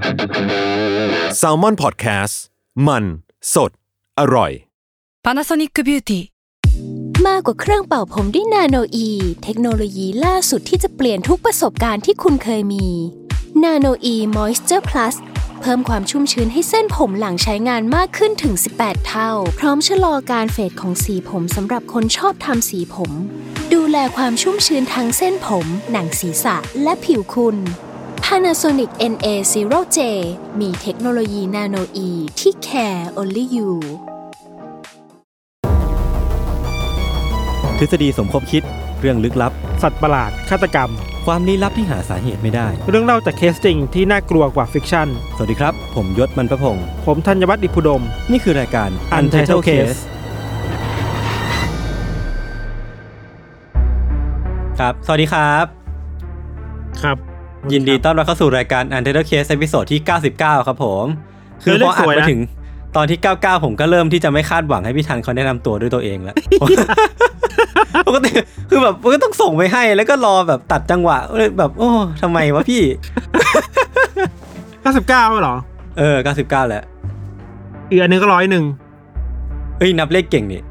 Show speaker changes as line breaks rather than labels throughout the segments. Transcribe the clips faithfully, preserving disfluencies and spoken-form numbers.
Salmon Podcast มันสดอร่อย
Panasonic Beauty
มากกว่าเครื่องเป่าผมด้วยนาโนอีเทคโนโลยีล่าสุดที่จะเปลี่ยนทุกประสบการณ์ที่คุณเคยมีนาโนอี Moisture Plus เพิ่มความชุ่มชื้นให้เส้นผมหลังใช้งานมากขึ้นถึงสิบแปดเท่าพร้อมชะลอการเฟดของสีผมสำหรับคนชอบทำสีผมดูแลความชุ่มชื้นทั้งเส้นผมหนังศีรษะและผิวคุณ Panasonic เอ็น เอ ศูนย์ เจ มีเทคโนโลยีนาโนอีที่ care only you
ทฤษฎีสมคบคิดเรื่องลึกลับ
สัตว์ประหลาดฆาตกรรม
ความลี้ลับที่หาสาเหตุไม่ได้
เรื่องเล่าจากเคสจริงที่น่ากลัวกว่าฟิกชั่น
สวัสดีครับผมยศมันประพงษ์
ผมธัญวัฒน์อิพุดม
นี่คือรายการ Untitled Case ครับสวัสดีครับ
ครับ
ยินดีต้อนรับเข้าสู่รายการ Untitled Case ตอนที่เก้าสิบเก้าครับผมคือพออ่านมาถึงตอนที่เก้าสิบเก้าผมก็เริ่มที่จะไม่คาดหวังให้พี่ทันเขาแนะนำตัวด้วยตัวเองแล้ว ปกติคือแบบก็ต้องส่งไปให้แล้วก็รอแบบตัดจังหวะแบบโอ้ทำไมวะพี่
เก้าสิบเก้าเหรอ
เออเก้าสิบเก้าแล้ว
อีกอันนึงก็ร้อยหนึ่ง
เฮ้ยนับเลขเก่งนี่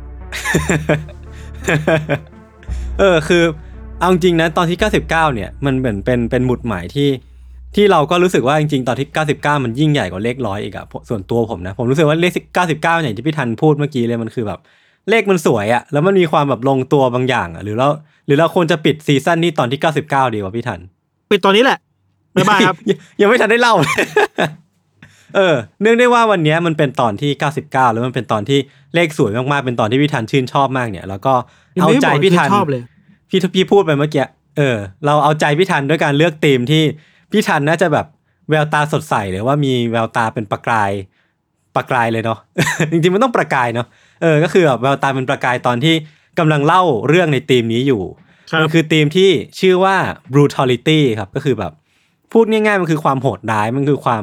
เออคือเอาจริงนะตอนที่เก้าสิบเก้าเนี่ยมันเหมือนเป็นเป็นหมุดหมายที่ที่เราก็รู้สึกว่าจริงๆตอนที่เก้าสิบเก้ามันยิ่งใหญ่กว่าเลขร้อยอีกอะส่วนตัวผมนะผมรู้สึกว่าเลขเก้าสิบเก้าอย่างที่พี่ทันพูดเมื่อกี้เลยมันคือแบบเลขมันสวยอะแล้วมันมีความแบบลงตัวบางอย่างอะหรือเราหรือเราควรจะปิดซีซั่นนี้ตอนที่เก้าสิบเก้าดีกว่าพี่ทัน
ปิดตอนนี้แหละบ๊ายบายครับ
ยังไม่ทันได้เล่า เออเนื่องได้ว่าวันนี้มันเป็นตอนที่เก้าสิบเก้าแล้วมันเป็นตอนที่เลขสวยมากๆเป็นตอนที่พี่ทันชื่นชอบมากเนี่ยแล้วก็เอาใจพี่ทันพี่พี่พูดไปเมื่อกี้เออเราเอาใจพี่ทันด้วยการเลือกธีมที่พี่ทันน่าจะแบบแววตาสดใสหรือว่ามีแววตาเป็นประกายประกายเลยเนาะ จริงๆมันต้องประกายเนาะเออก็คือแบบแววตาเป็นประกายตอนที่กำลังเล่าเรื่องในธีมนี้อยู่มันคือธีมที่ชื่อว่า brutality ครับก็คือแบบพูดง่ายๆมันคือความโหดร้ายมันคือความ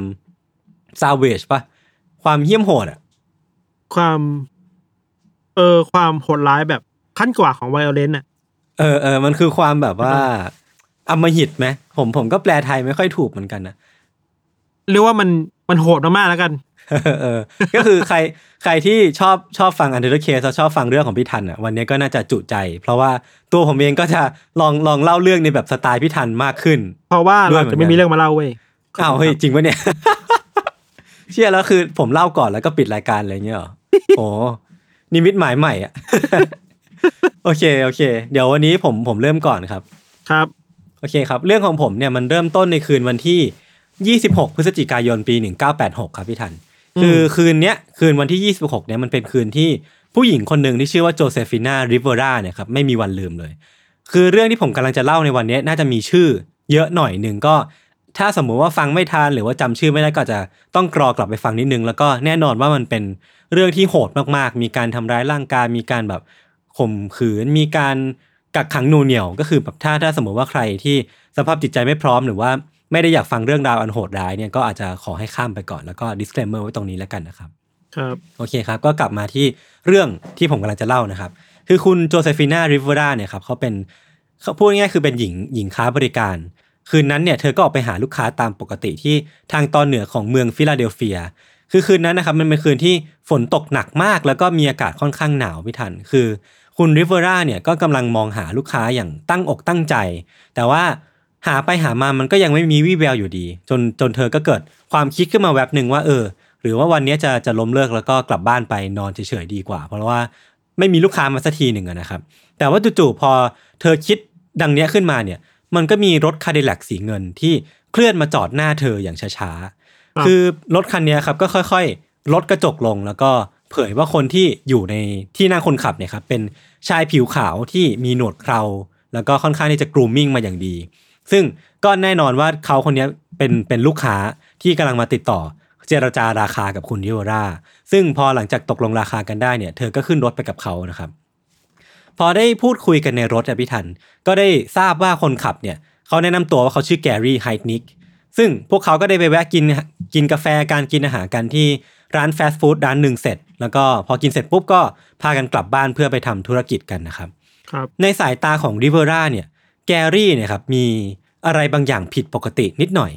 savage ป่ะความเหี้ยมโหดอ่ะ
ความเออความโหดร้ายแบบขั้นกว่าของ violence อ่ะ
เออเออมันคือความแบบว่าอำมหิตไหมผมผมก็แปลไทยไม่ค่อยถูกเหมือนกันนะ
เรียกว่ามันมันโหดมากๆแล้วกัน
เออก็คือใครใครที่ชอบชอบฟัง Untitled Case ชอบฟังเรื่องของพี่ทันอ่ะวันนี้ก็น่าจะจุใจเพราะว่าตัวผมเองก็จะลองลองเล่าเรื่องในแบบสไตล์พี่ทันมากขึ้น
เพราะว่าเราจะไม่มีเรื่องมาเล่าเว้ย
อ้าวเฮ้ยจริงปะเนี่ย เชื่อแล้วคือผมเล่าก่อนแล้วก็ปิดรายการอะไรเงี้ยเหรอ โอ้นิมิตหมายใหม่อ่ะ โอเคโอเคเดี๋ยววันนี้ผมผมเริ่มก่อนครับ
ครับ
โอเคครับเรื่องของผมเนี่ยมันเริ่มต้นในคืนวันที่ยี่สิบหกพฤศจิกายนปีหนึ่งเก้าแปดหกครับพี่ทันคือคืนเนี้ยคืนวันที่ยี่สิบหกเนี่ยมันเป็นคืนที่ผู้หญิงคนหนึ่งที่ชื่อว่าโจเซฟิน่าริเวราเนี่ยครับไม่มีวันลืมเลยคือเรื่องที่ผมกำลังจะเล่าในวันนี้น่าจะมีชื่อเยอะหน่อยนึงก็ถ้าสมมุติว่าฟังไม่ทันหรือว่าจำชื่อไม่ได้ก็จะต้องกรอกลับไปฟังนิดนึงแล้วก็แน่นอนว่ามันเป็นเรื่องที่โหดมากๆมีการทำร้ายร่างกายมีการแบบข่มขืนมีการกักขังหน่วงเหนี่ยวก็คือแบบถ้าถ้าสมมติว่าใครที่สภาพจิตใจไม่พร้อมหรือว่าไม่ได้อยากฟังเรื่องราวอันโหดร้ายเนี่ยก็อาจจะขอให้ข้ามไปก่อนแล้วก็ disclaimer ไว้ตรงนี้แล้วกันนะครับ
ครับ
โอเคครับก็กลับมาที่เรื่องที่ผมกำลังจะเล่านะครับคือคุณโจเซฟิน่าริเวราเนี่ยครับเขาเป็นเขาพูดง่ายๆคือเป็นหญิงหญิงค้าบริการคืนนั้นเนี่ยเธอก็ออกไปหาลูกค้าตามปกติที่ทางตอนเหนือของเมืองฟิลาเดลเฟียคือคืนนั้นนะครับมันเป็นคืนที่ฝนตกหนักมากแล้วก็มีอากาศค่อนข้างหนาวพี่ทันคือคุณริเวราเนี่ยก็กำลังมองหาลูกค้าอย่างตั้งอกตั้งใจแต่ว่าหาไปหามามันก็ยังไม่มีวี่แววอยู่ดีจนจนเธอก็เกิดความคิดขึ้นมาแวบนึงว่าเออหรือว่าวันนี้จะจะล้มเลิกแล้วก็กลับบ้านไปนอนเฉยๆดีกว่าเพราะว่าไม่มีลูกค้ามาสักทีหนึ่งนะครับแต่ว่าจู่ๆพอเธอคิดดังนี้ขึ้นมาเนี่ยมันก็มีรถคาดิแลกสีเงินที่เคลื่อนมาจอดหน้าเธออย่างช้าๆคือรถคันนี้ครับก็ค่อยๆลดกระจกลงแล้วก็เผยว่าคนที่อยู่ในที่นั่งคนขับเนี่ยครับเป็นชายผิวขาวที่มีหนวดเคราแล้วก็ค่อนข้างที่จะกรูมมิ่งมาอย่างดีซึ่งก็แน่นอนว่าเขาคนนี้เป็นเป็นลูกค้าที่กำลังมาติดต่อเจรจาราคากับคุณริเวราซึ่งพอหลังจากตกลงราคากันได้เนี่ยเธอก็ขึ้นรถไปกับเขานะครับพอได้พูดคุยกันในรถอ่ะพี่ทันก็ได้ทราบว่าคนขับเนี่ยเขาแนะนำตัวว่าเขาชื่อแกรี่ไฮนิกซึ่งพวกเขาก็ได้ไปแวะกินกินกาแฟการกินอาหารกันที่ร้านฟาสต์ฟู้ดร้านหนึ่งเสร็จแล้วก็พอกินเสร็จปุ๊บก็พากันกลับบ้านเพื่อไปทำธุรกิจกันนะครับในสายตาของริเวราเนี่ยแกรี่เนี่ยครับมีอะไรบางอย่างผิดปกตินิดหน่อย ก็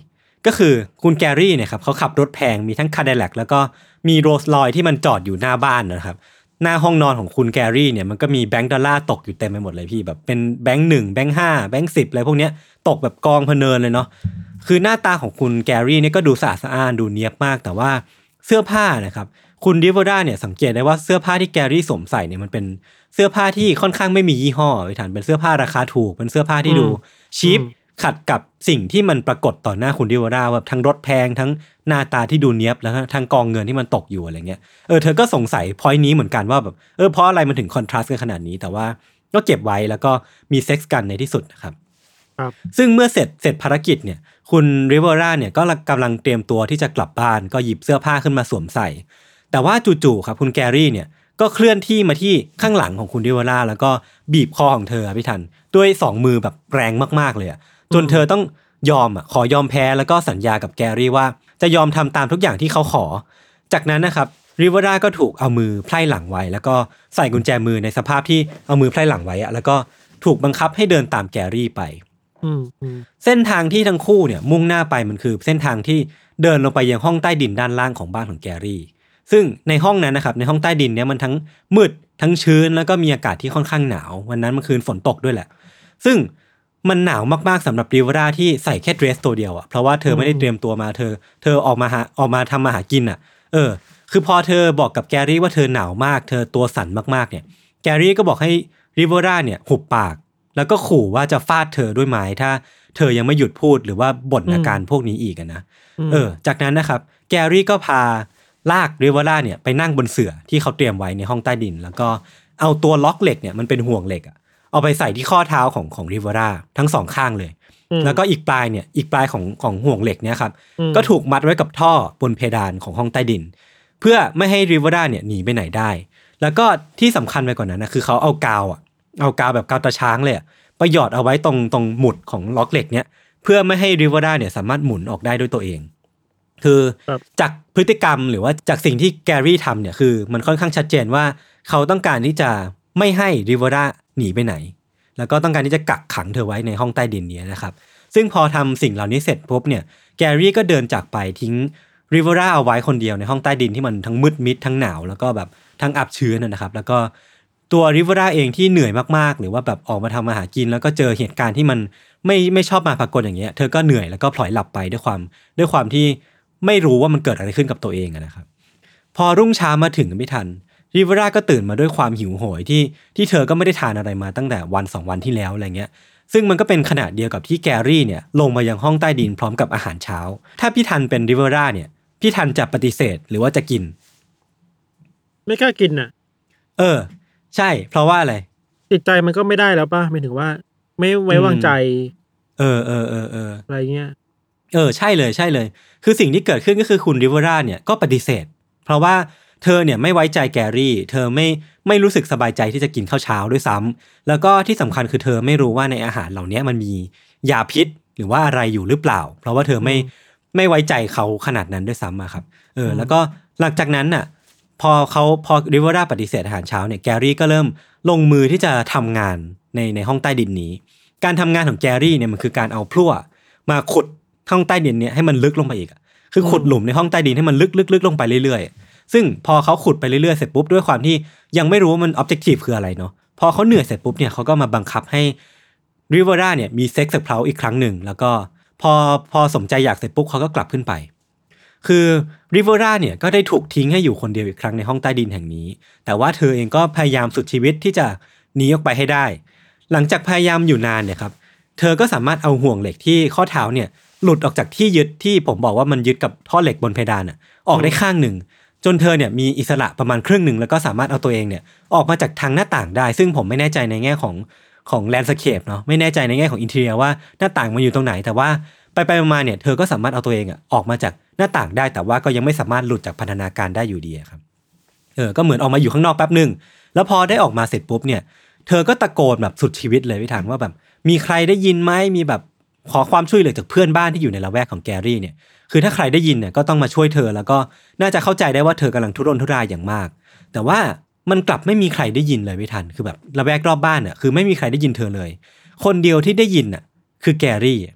ก็คือคุณแกรี่เนี่ยครับเขาขับรถแพงมีทั้ง Cadillac แล้วก็มี Rolls-Royce ที่มันจอดอยู่หน้าบ้านนะครับหน้าห้องนอนของคุณแกรี่เนี่ยมันก็มีแบงค์ดอลลาร์ตกอยู่เต็มไปหมดเลยพี่แบบเป็นแบงค์หนึ่งแบงค์ห้าแบงค์สิบอะไรพวกเนี้ยตกแบบกองพะเนินเลยเนาะคือหน้าตาของคุณแกรี่เนี่ยก็ดูสะอาดสะอ้านดูเนียบมากแต่ว่าเสื้อผ้านะครับคุณริเวอร่าเนี่ยสังเกตได้ว่าเสื้อผ้าที่แกรี่สวมใส่เนี่ยมันเป็นเสื้อผ้าที่ค่อนข้างไม่มียี่ห้อไปฐานเป็นเสื้อผ้าราคาถูกเป็นเสื้อผ้าที่ดูชีพขัดกับสิ่งที่มันปรากฏต่อหน้าคุณริเวอร่าแบบทั้งรถแพงทั้งหน้าตาที่ดูเนียบแล้วทั้งกองเงินที่มันตกอยู่อะไรเงี้ยเออเธอก็สงสัยพอยต์นี้เหมือนกันว่าแบบเออเพราะอะไรมันถึงคอนทราสต์กันขนาดนี้แต่ว่าก็เก็บไว้แล้วก็มีเซ็กส์กันในที่สุดนะครับซึ่งเมื่อเสร็จเสร็จภารกิจเนี่ยคุณริเวอร่าเนี่ยก็กำลังเตรียมตัวที่จะกลับบ้านก็หยิบเสื้อผ้าขึ้นมาสวมใส่แต่ว่าจู่ๆครับคุณแกรี่เนี่ยก็เคลื่อนที่มาที่ข้างหลังของคุณริเวอร่าแล้วก็บีบคอของเธอพี่ทันด้วยสองมือแบบแรงมากๆเลยอ่ะจนเธอต้องยอมอ่ะขอยอมแพ้แล้วก็สัญญากับแกรี่ว่าจะยอมทำตามทุกอย่างที่เขาขอจากนั้นนะครับริเวอร่าก็ถูกเอามือไพร่หลังไว้แล้วก็ใส่กุญแจมือในสภาพที่เอามือไพร่หลังไว้อ่ะแล้วก็ถูกบังคับให้เดินตามแกรี่ไปเส้นทางที่ทั้งคู่เนี่ยมุ่งหน้าไปมันคือเส้นทางที่เดินลงไปยังห้องใต้ดินด้านล่างของบ้านของแกรี่ซึ่งในห้องนั้นนะครับในห้องใต้ดินเนี่ยมันทั้งมืดทั้งชื้นแล้วก็มีอากาศที่ค่อนข้างหนาววันนั้นมันคืนฝนตกด้วยแหละซึ่งมันหนาวมากๆสำหรับริเวอร่าที่ใส่แค่เดรสตัวเดียวอ่ะเพราะว่าเธอไม่ได้เตรียมตัวมาเธอเธอออกมาหาออกมาทำมาหากินอ่ะเออคือพอเธอบอกกับแกรี่ว่าเธอหนาวมากเธอตัวสั่นมากๆเนี่ยแกรี่ก็บอกให้ริเวอร่าเนี่ยหุบปากแล้วก็ขู่ว่าจะฟาดเธอด้วยไม้ถ้าเธอยังไม่หยุดพูดหรือว่าบ่นอาการพวกนี้อีกนะเออจากนั้นนะครับแกรี่ก็พาลากริเวอร่าเนี่ยไปนั่งบนเสื่อที่เขาเตรียมไว้ในห้องใต้ดินแล้วก็เอาตัวล็อกเหล็กเนี่ยมันเป็นห่วงเหล็กอ่ะเอาไปใส่ที่ข้อเท้าของของริเวอร่าทั้งสองข้างเลยแล้วก็อีกปลายเนี่ยอีกปลายของของห่วงเหล็กเนี่ยครับก็ถูกมัดไว้กับท่อบนเพดานของห้องใต้ดินเพื่อไม่ให้ริเวอร่าเนี่ยหนีไปไหนได้แล้วก็ที่สำคัญไปกว่านั้นนะคือเขาเอากาวอ่ะเอากาวแบบกาวตาช้างเลยอ่ะไปหยอดเอาไว้ตรงตรงหมุดของล็อกเหล็กเนี่ยเพื่อไม่ให้ริเวอร่าเนี่ยสามารถหมุนออกได้ด้วยตัวเองคือจากพฤติกรรมหรือว่าจากสิ่งที่แกรี่ทำเนี่ยคือมันค่อนข้างชัดเจนว่าเขาต้องการที่จะไม่ให้ริเวอร่าหนีไปไหนแล้วก็ต้องการที่จะกักขังเธอไว้ในห้องใต้ดินนี้นะครับซึ่งพอทำสิ่งเหล่านี้เสร็จปุ๊บเนี่ยแกรี่ก็เดินจากไปทิ้งริเวอร่าเอาไว้คนเดียวในห้องใต้ดินที่มันทั้งมืดมิดทั้งหนาวแล้วก็แบบทั้งอับชื้นนะครับแล้วก็ตัวริเวอร่าเองที่เหนื่อยมากๆหรือว่าแบบออกมาทำอาหารกินแล้วก็เจอเหตุการณ์ที่มันไม่ไม่ชอบมาพากลอย่างเงี้ยเธอก็เหนื่อยแล้วก็พลอยหลับไปด้วยความด้วยความที่ไม่รู้ว่ามันเกิดอะไรขึ้นกับตัวเองนะครับพอรุ่งเช้ามาถึงไม่ทันริเวอร่าก็ตื่นมาด้วยความหิวโหยที่ที่เธอก็ไม่ได้ทานอะไรมาตั้งแต่วันสองวันที่แล้วอะไรเงี้ยซึ่งมันก็เป็นขณะเดียวกับที่แกรี่เนี่ยลงมายังห้องใต้ดินพร้อมกับอาหารเช้าถ้าพี่ทันเป็นริเวอร่าเนี่ยพี่ทันจะปฏิเสธหรือว่าจะกิน
ไม่กล้ากินน่ะ
เออใช่เพราะว่าอะไร
จิตใจมันก็ไม่ได้แล้วป่ะหมายถึงว่าไม่ไว้วางใจ
เออเออเออเออ
อะไรเงี้ย
เออใช่เลยใช่เลยคือสิ่งที่เกิดขึ้นก็คือคุณริเวอร่าเนี่ยก็ปฏิเสธเพราะว่าเธอเนี่ยไม่ไว้ใจแกรี่เธอไม่ไม่รู้สึกสบายใจที่จะกินข้าวเช้าด้วยซ้ำแล้วก็ที่สำคัญคือเธอไม่รู้ว่าในอาหารเหล่านี้มันมียาพิษหรือว่าอะไรอยู่หรือเปล่าเพราะว่าเธอไม่ไม่ไว้ใจเขาขนาดนั้นด้วยซ้ำอะครับเออแล้วก็หลังจากนั้นน่ะพอเขาพอริเวอร่าปฏิเสธอาหารเช้าเนี่ยแกรี่ก็เริ่มลงมือที่จะทำงานในในห้องใต้ดินนี้การทำงานของแกรี่เนี่ยมันคือการเอาพลั่วมาขุดห้องใต้ดินเนี่ยให้มันลึกลงไปอีกคือขุดหลุมในห้องใต้ดินให้มันลึกๆๆลงไปเรื่อยๆซึ่งพอเขาขุดไปเรื่อยๆเสร็จปุ๊บด้วยความที่ยังไม่รู้ว่ามัน objective คืออะไรเนาะพอเขาเหนื่อยเสร็จปุ๊บเนี่ยเขาก็มาบังคับให้ริเวอร่าเนี่ยมีเซ็กซ์กับเขาอีกครั้งหนึ่งแล้วก็พอพอสมใจอยากเสร็จปุ๊บเขาก็กลับขึ้นไปคือริเวอร่าเนี่ยก็ได้ถูกทิ้งให้อยู่คนเดียวอีกครั้งในห้องใต้ดินแห่งนี้แต่ว่าเธอเองก็พยายามสุดชีวิตที่จะหนีออกไปให้ได้หลังจากพยายามอยู่นานเนี่ยครับเธอก็สามารถเอาห่วงเหล็กที่ข้อเท้าเนี่ยหลุดออกจากที่ยึดที่ผมบอกว่ามันยึดกับท่อเหล็กบนเพดานอ่ะออกได้ข้างหนึ่งจนเธอเนี่ยมีอิสระประมาณครึ่งหนึ่งแล้วก็สามารถเอาตัวเองเนี่ยออกมาจากทางหน้าต่างได้ซึ่งผมไม่แน่ใจในแง่ของของแลนด์สเคปเนาะไม่แน่ใจในแง่ของอินทีเรียว่าหน้าต่างมันอยู่ตรงไหนแต่ว่าไปไปมาเนี่ยเธอก็สามารถเอาตัวเองอ่ะออกมาจากหน้าต่างได้แต่ว่าก็ยังไม่สามารถหลุดจากพันธนาการได้อยู่ดีครับเออก็เหมือนออกมาอยู่ข้างนอกแป๊บนึงแล้วพอได้ออกมาเสร็จปุ๊บเนี่ยเธอก็ตะโกนแบบสุดชีวิตเลยพี่ถังว่าแบบมีใครได้ยินไหมมีแบบขอความช่วยเหลือจากเพื่อนบ้านที่อยู่ในละแวกของแกรี่เนี่ยคือถ้าใครได้ยินเนี่ยก็ต้องมาช่วยเธอแล้วก็น่าจะเข้าใจได้ว่าเธอกำลังทุรนทุรายอย่างมากแต่ว่ามันกลับไม่มีใครได้ยินเลยพี่ทันคือแบบละแวกรอบบ้านน่ะคือไม่มีใครได้ยินเธอเลยคนเดียวที่ได้ยินน่ะคือแกรี่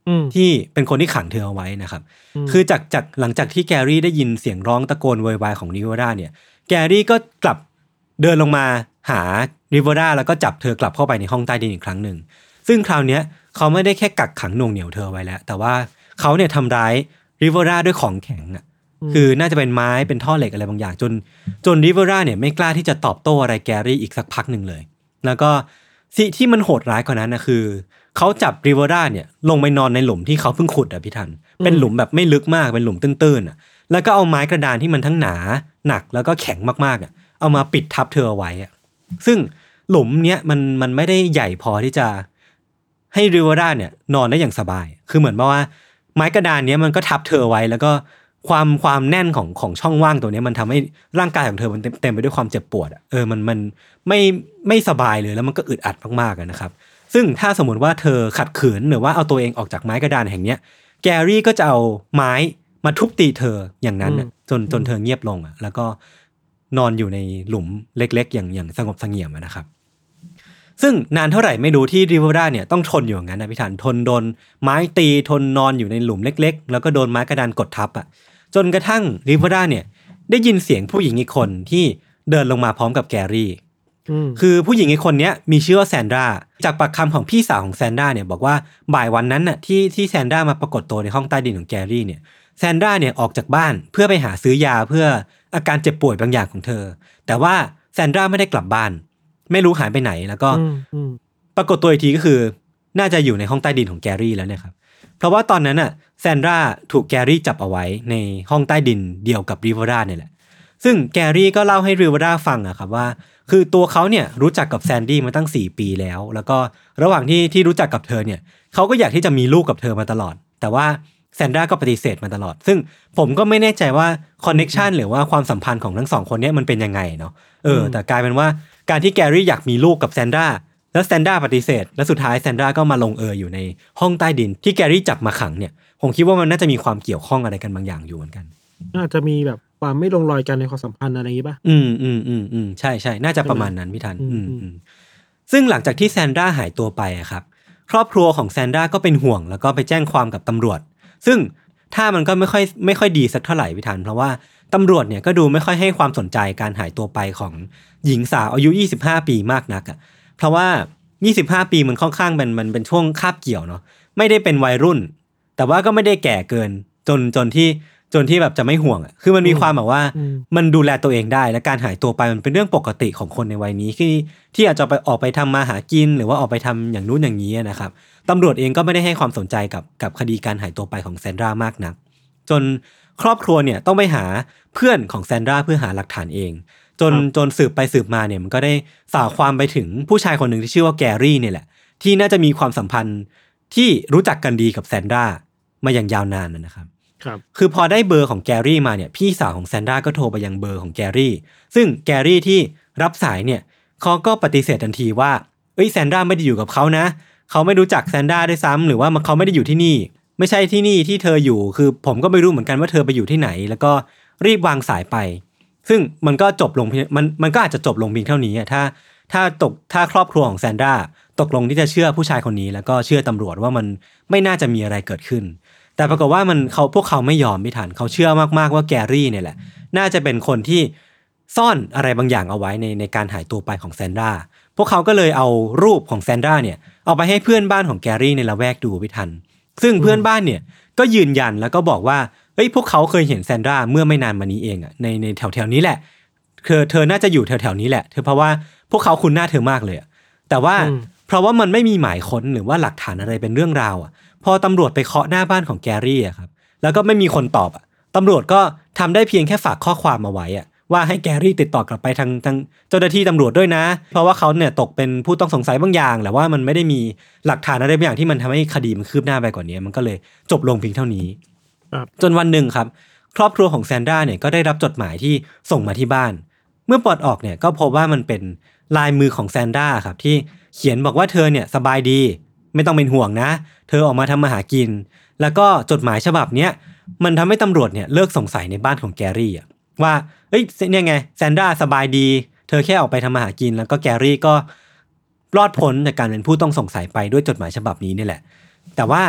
ที่เป็นคนที่ขังเธอเอาไว้นะครับคือจากจากหลังจากที่แกรี่ได้ยินเสียงร้องตะโกนโวยวายของริเวอร่าเนี่ยแกรี่ก็กลับเดินลงมาหาริเวอร่าแล้วก็จับเธอกลับเข้าไปในห้องใต้ดินอีกครั้งหนึ่งซึ่งคราวนี้เขาไม่ได้แค่กักขังหน่วงเหนี่ยวเธอไว้แล้วแต่ว่าเขาเนี่ยทำร้ายริเวอร่าด้วยของแข็งอ่ะคือน่าจะเป็นไม้เป็นท่อเหล็กอะไรบางอย่างจนจนริเวอร่าเนี่ยไม่กล้าที่จะตอบโต้อะไรแกรี่อีกสักพักหนึ่งเลยแล้วก็สิ่งที่มันโหดร้ายกว่านั้นนะคือเขาจับริเวอร่าเนี่ยลงไปนอนในหลุมที่เขาเพิ่งขุดอ่ะพี่ทันเป็นหลุมแบบไม่ลึกมากเป็นหลุมตื้นๆอ่ะแล้วก็เอาไม้กระดานที่มันทั้งหนาหนักแล้วก็แข็งมากๆอ่ะเอามาปิดทับเธอเอาไว้อ่ะซึ่งหลุมเนี้ยมันมันไม่ได้ใหญ่พอที่จะให้ริเวอร่าเนี่ยนอนได้อย่างสบายคือเหมือนว่าไม้กระดานเนี้ยมันก็ทับเธอไว้แล้วก็ความความแน่นของของช่องว่างตัวนี้มันทำให้ร่างกายของเธอมันเต็มเต็มไปด้วยความเจ็บปวดอ่ะเออมันมันไม่ไม่สบายเลยแล้วมันก็อึดอัดมากๆนะครับซึ่งถ้าสมมติว่าเธอขัดขืนหรือว่าเอาตัวเองออกจากไม้กระดานแห่งเนี้ยแกรี่ก็จะเอาไม้มาทุบตีเธออย่างนั้นน่ะจนจนเธอเงียบลงอ่ะแล้วก็นอนอยู่ในหลุมเล็กๆอย่างอย่างสงบเสงี่ยมนะครับซึ่งนานเท่าไหร่ไม่รู้ที่ริเวอร่าเนี่ยต้องทนอยู่อย่างนั้นนะพี่ทันทนโดนไม้ตีทนนอนอยู่ในหลุมเล็กๆแล้วก็โดนไม้กระดานกดทับอ่ะจนกระทั่งริเวอร่าเนี่ยได้ยินเสียงผู้หญิงอีกคนที่เดินลงมาพร้อมกับแกรี่คือผู้หญิงอีกคนเนี้ยมีชื่อว่าแซนดราจากปากคำของพี่สาวของแซนดราเนี่ยบอกว่าบ่ายวันนั้นน่ะที่ที่แซนดรามาปรากฏตัวในห้องใต้ดินของแกรี่เนี่ยแซนดราเนี่ยออกจากบ้านเพื่อไปหาซื้อยาเพื่ออาการเจ็บป่วยบางอย่างของเธอแต่ว่าแซนดราไม่ได้กลับบ้านไม่รู้หายไปไหนแล้วก็ปรากฏตัวอีกทีก็คือน่าจะอยู่ในห้องใต้ดินของแกรี่แล้วเนี่ยครับเพราะว่าตอนนั้นน่ะแซนดราถูกแกรี่จับเอาไว้ในห้องใต้ดินเดียวกับริเวอร่าเนี่ยแหละซึ่งแกรี่ก็เล่าให้ริเวอร่าฟังอะครับว่าคือตัวเขาเนี่ยรู้จักกับแซนดี้มาตั้งสี่ปีแล้วแล้วก็ระหว่างที่ที่รู้จักกับเธอเนี่ยเขาก็อยากที่จะมีลูกกับเธอมาตลอดแต่ว่าแซนดราก็ปฏิเสธมาตลอดซึ่งผมก็ไม่แน่ใจว่าคอนเนคชันหรือว่าความสัมพันธ์ของทั้งสองคนนี้มันเป็นยังไงเนาะเออแต่กลายเป็นว่าการที่แกรี่อยากมีลูกกับแซนดราแล้วแซนดราปฏิเสธและสุดท้ายแซนดราก็มาลงเอยอยู่ในห้องใต้ดินที่แกรี่จับมาขังเนี่ยผมคิดว่ามันน่าจะมีความเกี่ยวข้องอะไรกันบางอย่างอยู่เหมือนกัน
อาจจะมีแบบความไม่ลงรอยกันในความสัมพันธ์อะไรอย่างนี้ป่ะ
อืมอืมอืมอืมใช่ใช่น่าจะประมาณนั้นพี่ทันอืมอืมซึ่งหลังจากที่แซนดราหายตัวไปอะครับครอบครัวของแซนดราก็เป็นห่วงแล้วก็ไปแจ้งความกับตำรวจซึ่งถ้ามันก็ไม่ค่อยไม่ค่อยดีสักเท่าไหร่พี่ทันเพราะว่าตำรวจเนี่ยก็ดูไม่ค่อยให้ความสนใจการหายตัวไปของหญิงสาวอายุยี่สิบห้าปีมากนักอ่ะเพราะว่ายี่สิบห้าปีมันค่อนข้างเป็นมันเป็นช่วงคาบเกี่ยวเนาะไม่ได้เป็นวัยรุ่นแต่ว่าก็ไม่ได้แก่เกินจนจนที่จนที่แบบจะไม่ห่วงอ่ะคือมันมีความแบบว่ามันดูแลตัวเองได้และการหายตัวไปมันเป็นเรื่องปกติของคนในวัยนี้ที่ที่อาจจะไปออกไปทำมาหากินหรือว่าออกไปทำอย่างนู้นอย่างนี้นะครับตำรวจเองก็ไม่ได้ให้ความสนใจกับกับคดีการหายตัวไปของแซนดรามากนักจนครอบครัวเนี่ยต้องไปหาเพื่อนของแซนดราเพื่อหาหลักฐานเองจนจนสืบไปสืบมาเนี่ยมันก็ได้สาวความไปถึงผู้ชายคนหนึ่งที่ชื่อว่าแกรี่เนี่ยแหละที่น่าจะมีความสัมพันธ์ที่รู้จักกันดีกับแซนดรามาอย่างยาวนานนะครับ
ครับ
คือพอได้เบอร์ของแกรี่มาเนี่ยพี่สาวของแซนดราก็โทรไปยังเบอร์ของแกรี่ซึ่งแกรี่ที่รับสายเนี่ยเขาก็ปฏิเสธทันทีว่าเอ้ยแซนดราไม่ได้อยู่กับเขานะเขาไม่รู้จักแซนดราด้วยซ้ำหรือว่าเขาไม่ได้อยู่ที่นี่ไม่ใช่ที่นี่ที่เธออยู่คือผมก็ไม่รู้เหมือนกันว่าเธอไปอยู่ที่ไหนแล้วก็รีบวางสายไปซึ่งมันก็จบลงมันมันก็อาจจะจบลงเพียงเท่านี้อ่ะถ้าถ้าตกถ้าครอบครัวของแซนดราตกลงที่จะเชื่อผู้ชายคนนี้แล้วก็เชื่อตำรวจว่ามันไม่น่าจะมีอะไรเกิดขึ้นแต่ปรากฏว่ามันเขาพวกเขาไม่ยอมไม่ทันเขาเชื่อมากๆว่าแกรี่เนี่ยแหละน่าจะเป็นคนที่ซ่อนอะไรบางอย่างเอาไว้ในในการหายตัวไปของแซนดราพวกเขาก็เลยเอารูปของแซนดราเนี่ยเอาไปให้เพื่อนบ้านของแกรี่ในละแวกดูไม่ทันซึ่งเพื่อนบ้านเนี่ยก็ยืนยันแล้วก็บอกว่าเอ้ยพวกเขาเคยเห็นแซนดราเมื่อไม่นานมานี้เองอ่ะในในแถวๆนี้แหละเธอเธอน่าจะอยู่แถวๆนี้แหละเธอเพราะว่าพวกเขาคุ้นหน้าเธอมากเลยแต่ว่าเพราะว่ามันไม่มีหมายค้นหรือว่าหลักฐานอะไรเป็นเรื่องราวอ่ะพอตำรวจไปเคาะหน้าบ้านของแกรี่อ่ะครับแล้วก็ไม่มีคนตอบอ่ะตำรวจก็ทำได้เพียงแค่ฝากข้อความมาไว้อ่ะว่าให้แกรี่ติดต่อกลับไปทางทางเจ้าหน้าที่ตำรวจด้วยนะเพราะว่าเขาเนี่ยตกเป็นผู้ต้องสงสัยบางอย่างแต่ว่ามันไม่ได้มีหลักฐานอะไรบางอย่างที่มันทำให้คดีมันคืบหน้าไปกว่านี้มันก็เลยจบลงเพียงเท่านี้จนวันหนึ่งครับครอบครัวของแซนดราเนี่ยก็ได้รับจดหมายที่ส่งมาที่บ้านเมื่อปลดออกเนี่ยก็พบว่ามันเป็นลายมือของแซนดราครับที่เขียนบอกว่าเธอเนี่ยสบายดีไม่ต้องเป็นห่วงนะเธอออกมาทำมาหากินแล้วก็จดหมายฉบับเนี้ยมันทำให้ตำรวจเนี่ยเลิกสงสัยในบ้านของแกรี่อ่ะว่าเอ้ยเนี่ยไงแซนดราสบายดีเธอแค่ออกไปทำมาหากินแล้วก็แกรี่ก็รอดพ้นจากการเป็นผู้ต้องสงสัยไปด้วยจดหมายฉบับนี้นี่แหละแต่ว่า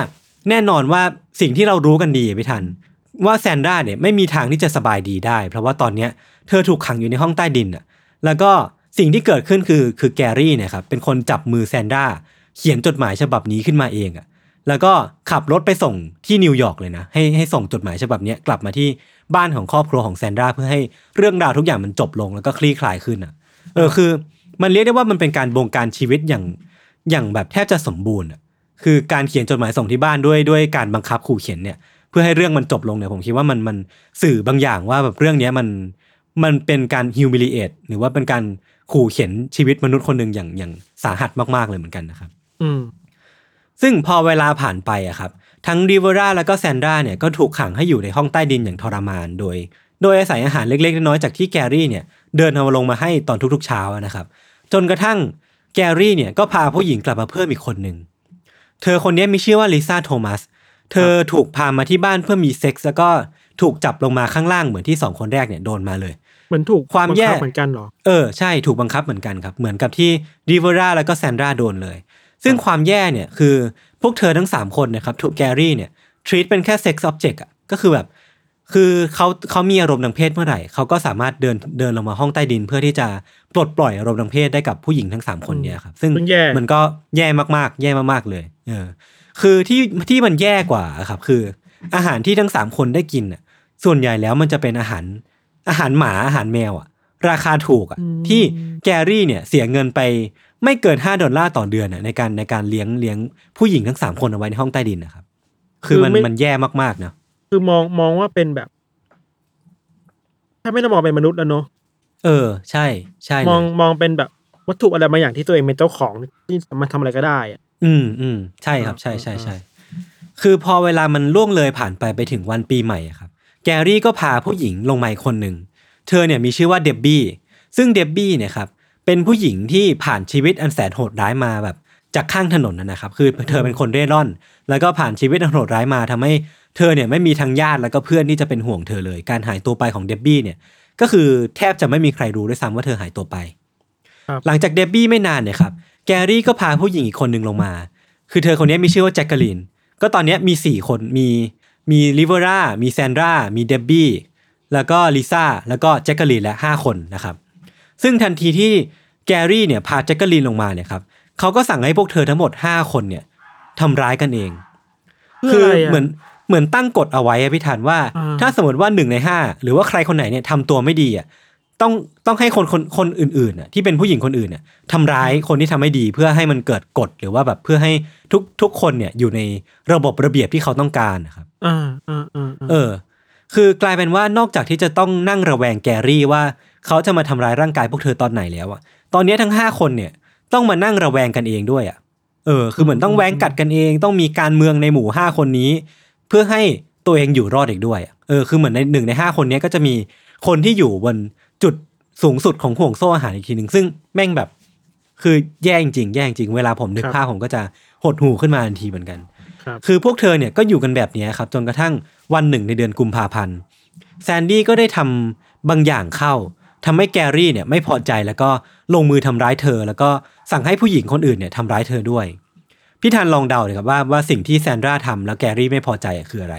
แน่นอนว่าสิ่งที่เรารู้กันดีพี่ทันว่าแซนดราเนี่ยไม่มีทางที่จะสบายดีได้เพราะว่าตอนเนี้ยเธอถูกขังอยู่ในห้องใต้ดินอ่ะแล้วก็สิ่งที่เกิดขึ้นคือคือแกรี่เนี่ยครับเป็นคนจับมือแซนดราเขียนจดหมายฉบับนี้ขึ้นมาเองอ่ะแล้วก็ขับรถไปส่งที่นิวยอร์กเลยนะให้ให้ส่งจดหมายฉบับนี้กลับมาที่บ้านของครอบครัวของแซนดราเพื่อให้เรื่องราวทุกอย่างมันจบลงแล้วก็คลี่คลายขึ้นอ่ะเออคือมันเรียกได้ว่ามันเป็นการบงการชีวิตอย่างอย่างแบบแทบจะสมบูรณ์อ่ะคือการเขียนจดหมายส่งที่บ้านด้วยด้วยการบังคับขู่เขียนเนี่ยเพื่อให้เรื่องมันจบลงเนี่ยผมคิดว่ามันมันสื่อบางอย่างว่าแบบเรื่องนี้มันมันเป็นการ humiliate หรือว่าเป็นการขู่เข็นชีวิตมนุษย์คนหนึ่งอย่างอย่างสาหัสมากๆเลยเหมือนกันนะครับ
อืม
ซึ่งพอเวลาผ่านไปอะครับทั้งริเวอร่าแล้วก็แซนดราเนี่ยก็ถูกขังให้อยู่ในห้องใต้ดินอย่างทรมานโดยโดยอาศัยอาหารเล็กๆน้อยๆจากที่แกรี่เนี่ยเดินเอาลงมาให้ตอนทุกๆเช้านะครับจนกระทั่งแกรี่เนี่ยก็พาผู้หญิงกลับมาเพิ่มอีกคนนึงเธอคนนี้มีชื่อว่าลิซ่าโทมัสเธอถูกพามาที่บ้านเพื่อมีเซ็กส์แล้วก็ถูกจับลงมาข้างล่างเหมือนที่สองคนแรกเนี่ยโดนมาเลย
เหมือนถูก
ความแย่
เหมือนกันเหรอ
เออใช่ถูกบังคับเหมือนกันครับเหมือนกับที่ริเวอร่าแล้วก็แซนดราโดนเลยซึ่งความแย่เนี่ยคือพวกเธอทั้งสามคนนะครับถูกแกรี่เนี่ยทรีตเป็นแค่เซ็กซ์ออบเจกต์อ่ะก็คือแบบคือเขาเขามีอารมณ์ทางเพศเมื่อไหร่เขาก็สามารถเดินเดินลงมาห้องใต้ดินเพื่อที่จะปลดปล่อยอารมณ์ทางเพศได้กับผู้หญิงทั้งสามคนเนี่ยครับซึ่งมันก็แย่มากๆแย่มากๆเลยเออคือที่ที่มันแย่กว่าครับคืออาหารที่ทั้งสามคนได้กินอ่ะส่วนใหญ่แล้วมันจะเป็นอาหารอาหารหมาอาหารแมวอ่ะราคาถูกอ่ะที่แกรี่เนี่ยเสียเงินไปไม่เกินห้าดอลลาร์ต่อเดือนน่ะในการในการเลี้ยงเลี้ยงผู้หญิงทั้งสามคนเอาไว้ในห้องใต้ดินนะครับคือมันมันแย่มากๆนะ
คือมองมองว่าเป็นแบบถ้าไม่ได้มองเป็นมนุษย์แล้วเนาะ
เออใช่ใช่
มองมองเป็นแบบวัตถุอะไรบางอย่างที่ตัวเองเป็นเจ้าของที่สามารถทำอะไรก็ได้อ่ะ
อืมอืมใช่ครับใช่ใช่ใช่คือพอเวลามันล่วงเลยผ่านไปไปถึงวันปีใหม่อะครับแกรี่ก็พาผู้หญิงลงมาอีกคนหนึ่งเธอเนี่ยมีชื่อว่าเดบบี้ซึ่งเดบบี้เนี่ยครับเป็นผู้หญิงที่ผ่านชีวิตอันแสนโหดร้ายมาแบบจากข้างถนนนะครับคือเธอเป็นคนเร่ร่อนแล้วก็ผ่านชีวิตอันโหดร้ายมาทำให้เธอเนี่ยไม่มีทั้งญาติแล้วก็เพื่อนที่จะเป็นห่วงเธอเลยการหายตัวไปของเดบบี้เนี่ยก็คือแทบจะไม่มีใครรู้ด้วยซ้ำว่าเธอหายตัวไปหลังจากเดบบี้ไม่นานเนี่ยครับแกรี่ก็พาผู้หญิงอีกคนนึงลงมาคือเธอคนนี้มีชื่อว่าแจ็คเกอรีนก็ตอนนี้มีสี่คนมีมีลิเวอร่ามีแซนดรามีเดบบี้แล้วก็ลิซ่าแล้วก็แจ็คเกอรีนและห้าคนนะครับซึ่งทันทีที่แกรี่เนี่ยพาแจ็คเกอรีนลงมาเนี่ยครับเขาก็สั่งให้พวกเธอทั้งหมดห้าคนเนี่ยทำร้ายกันเองคือเหมือนเหมือนตั้งกฎเอาไว้พี่ทันว่าถ้าสมมติว่าหนึ่งในห้าหรือว่าใครคนไหนเนี่ยทำตัวไม่ดีอ่ะต้องต้องให้คนคนคนอื่นๆอ่ะที่เป็นผู้หญิงคนอื่นเนี่ยทำร้ายคนที่ทำไม่ดีเพื่อให้มันเกิดกฎหรือว่าแบบเพื่อให้ทุกทุกคนเนี่ยอยู่ในระบบระเบียบที่เขาต้องการนะครับ
อ่าอ่าอ่า
เออคือกลายเป็นว่านอกจากที่จะต้องนั่งระแวงแกรี่ว่าเขาจะมาทำร้ายร่างกายพวกเธอตอนไหนแล้วอ่ะตอนนี้ทั้งห้าคนเนี่ยต้องมานั่งระแวงกันเองด้วยอ่ะเออคือเหมือนต้องแว้งกัดกันเองต้องมีการเมืองในหมู่ห้าคนนี้เพื่อให้ตัวเองอยู่รอดอีกด้วยเออคือเหมือนในหนึ่งในห้าคนนี้ก็จะมีคนที่อยู่บนจุดสูงสุดของห่วงโซ่อาหารอีกทีนึงซึ่งแม่งแบบคือแย่จริงแย่จริงเวลาผมนึกภาพผมก็จะหดหู่ขึ้นมาทันทีเหมือนกันคือพวกเธอเนี่ยก็อยู่กันแบบนี้ครับจนกระทั่งวันหนึ่งในเดือนกุมภาพันธ์แซนดี้ก็ได้ทำบางอย่างเข้าทำให้แกรี่เนี่ยไม่พอใจแล้วก็ลงมือทำร้ายเธอแล้วก็สั่งให้ผู้หญิงคนอื่นเนี่ยทำร้ายเธอด้วยพี่ทันลองเดาเลยครับว่าว่าสิ่งที่แซนดราทำแล้วแกรี่ไม่พอใจคืออะไร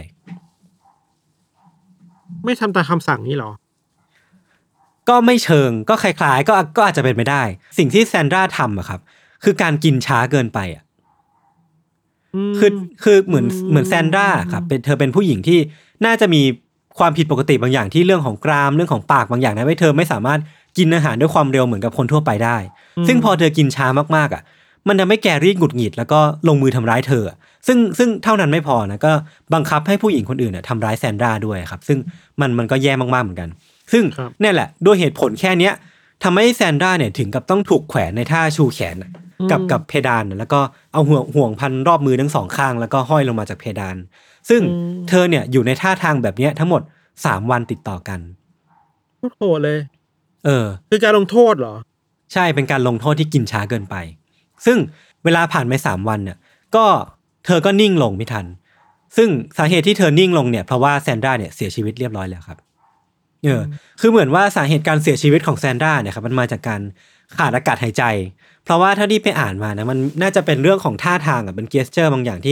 ไม่ทำตามคำสั่งนี่หรอ
ก็ไม่เชิงก็คล้ายๆก็ก็อาจจะเป็นไปได้สิ่งที่แซนดราทำอะครับคือการกินช้าเกินไปอะคือคือเหมือนเหมือนแซนดราครับเป็นเธอเป็นผู้หญิงที่น่าจะมีความผิดปกติบางอย่างที่เรื่องของกรามเรื่องของปากบางอย่างนะให้เธอไม่สามารถกินอาหารด้วยความเร็วเหมือนกับคนทั่วไปได้ซึ่งพอเธอกินช้ามากๆอ่ะมันทำให้แกรี่หงุดหงิดแล้วก็ลงมือทำร้ายเธอซึ่งซึ่งเท่านั้นไม่พอนะก็บังคับให้ผู้หญิงคนอื่นน่ะทำร้ายแซนดราด้วยครับซึ่งมันมันก็แย่มากๆเหมือนกันซึ่งนี่แหละด้วยเหตุผลแค่เนี้ยทำให้แซนดราเนี่ยถึงกับต้องถูกแขวนในท่าชูแขนกับกับเพดานแล้วก็เอาห่วงห่วงพันรอบมือทั้งสองข้างแล้วก็ห้อยลงมาจากเพดานซึ่งเธอเนี่ยอยู่ในท่าทางแบบนี้ทั้งหมดสามวันติดต่อกัน
โหดเลย
เออ
คือการลงโทษเหรอ
ใช่เป็นการลงโทษที่กินช้าเกินไปซึ่งเวลาผ่านไปสามวันเนี่ยก็เธอก็นิ่งลงไม่ทันซึ่งสาเหตุที่เธอนิ่งลงเนี่ยเพราะว่าแซนดราเนี่ยเสียชีวิตเรียบร้อยแล้วครับเออคือเหมือนว่าสาเหตุการเสียชีวิตของแซนดราเนี่ยครับมันมาจากการขาดอากาศหายใจเพราะว่าเท่าที่ไปอ่านมานะมันน่าจะเป็นเรื่องของท่าทางอ่ะเป็นเจสเจอร์บางอย่างที่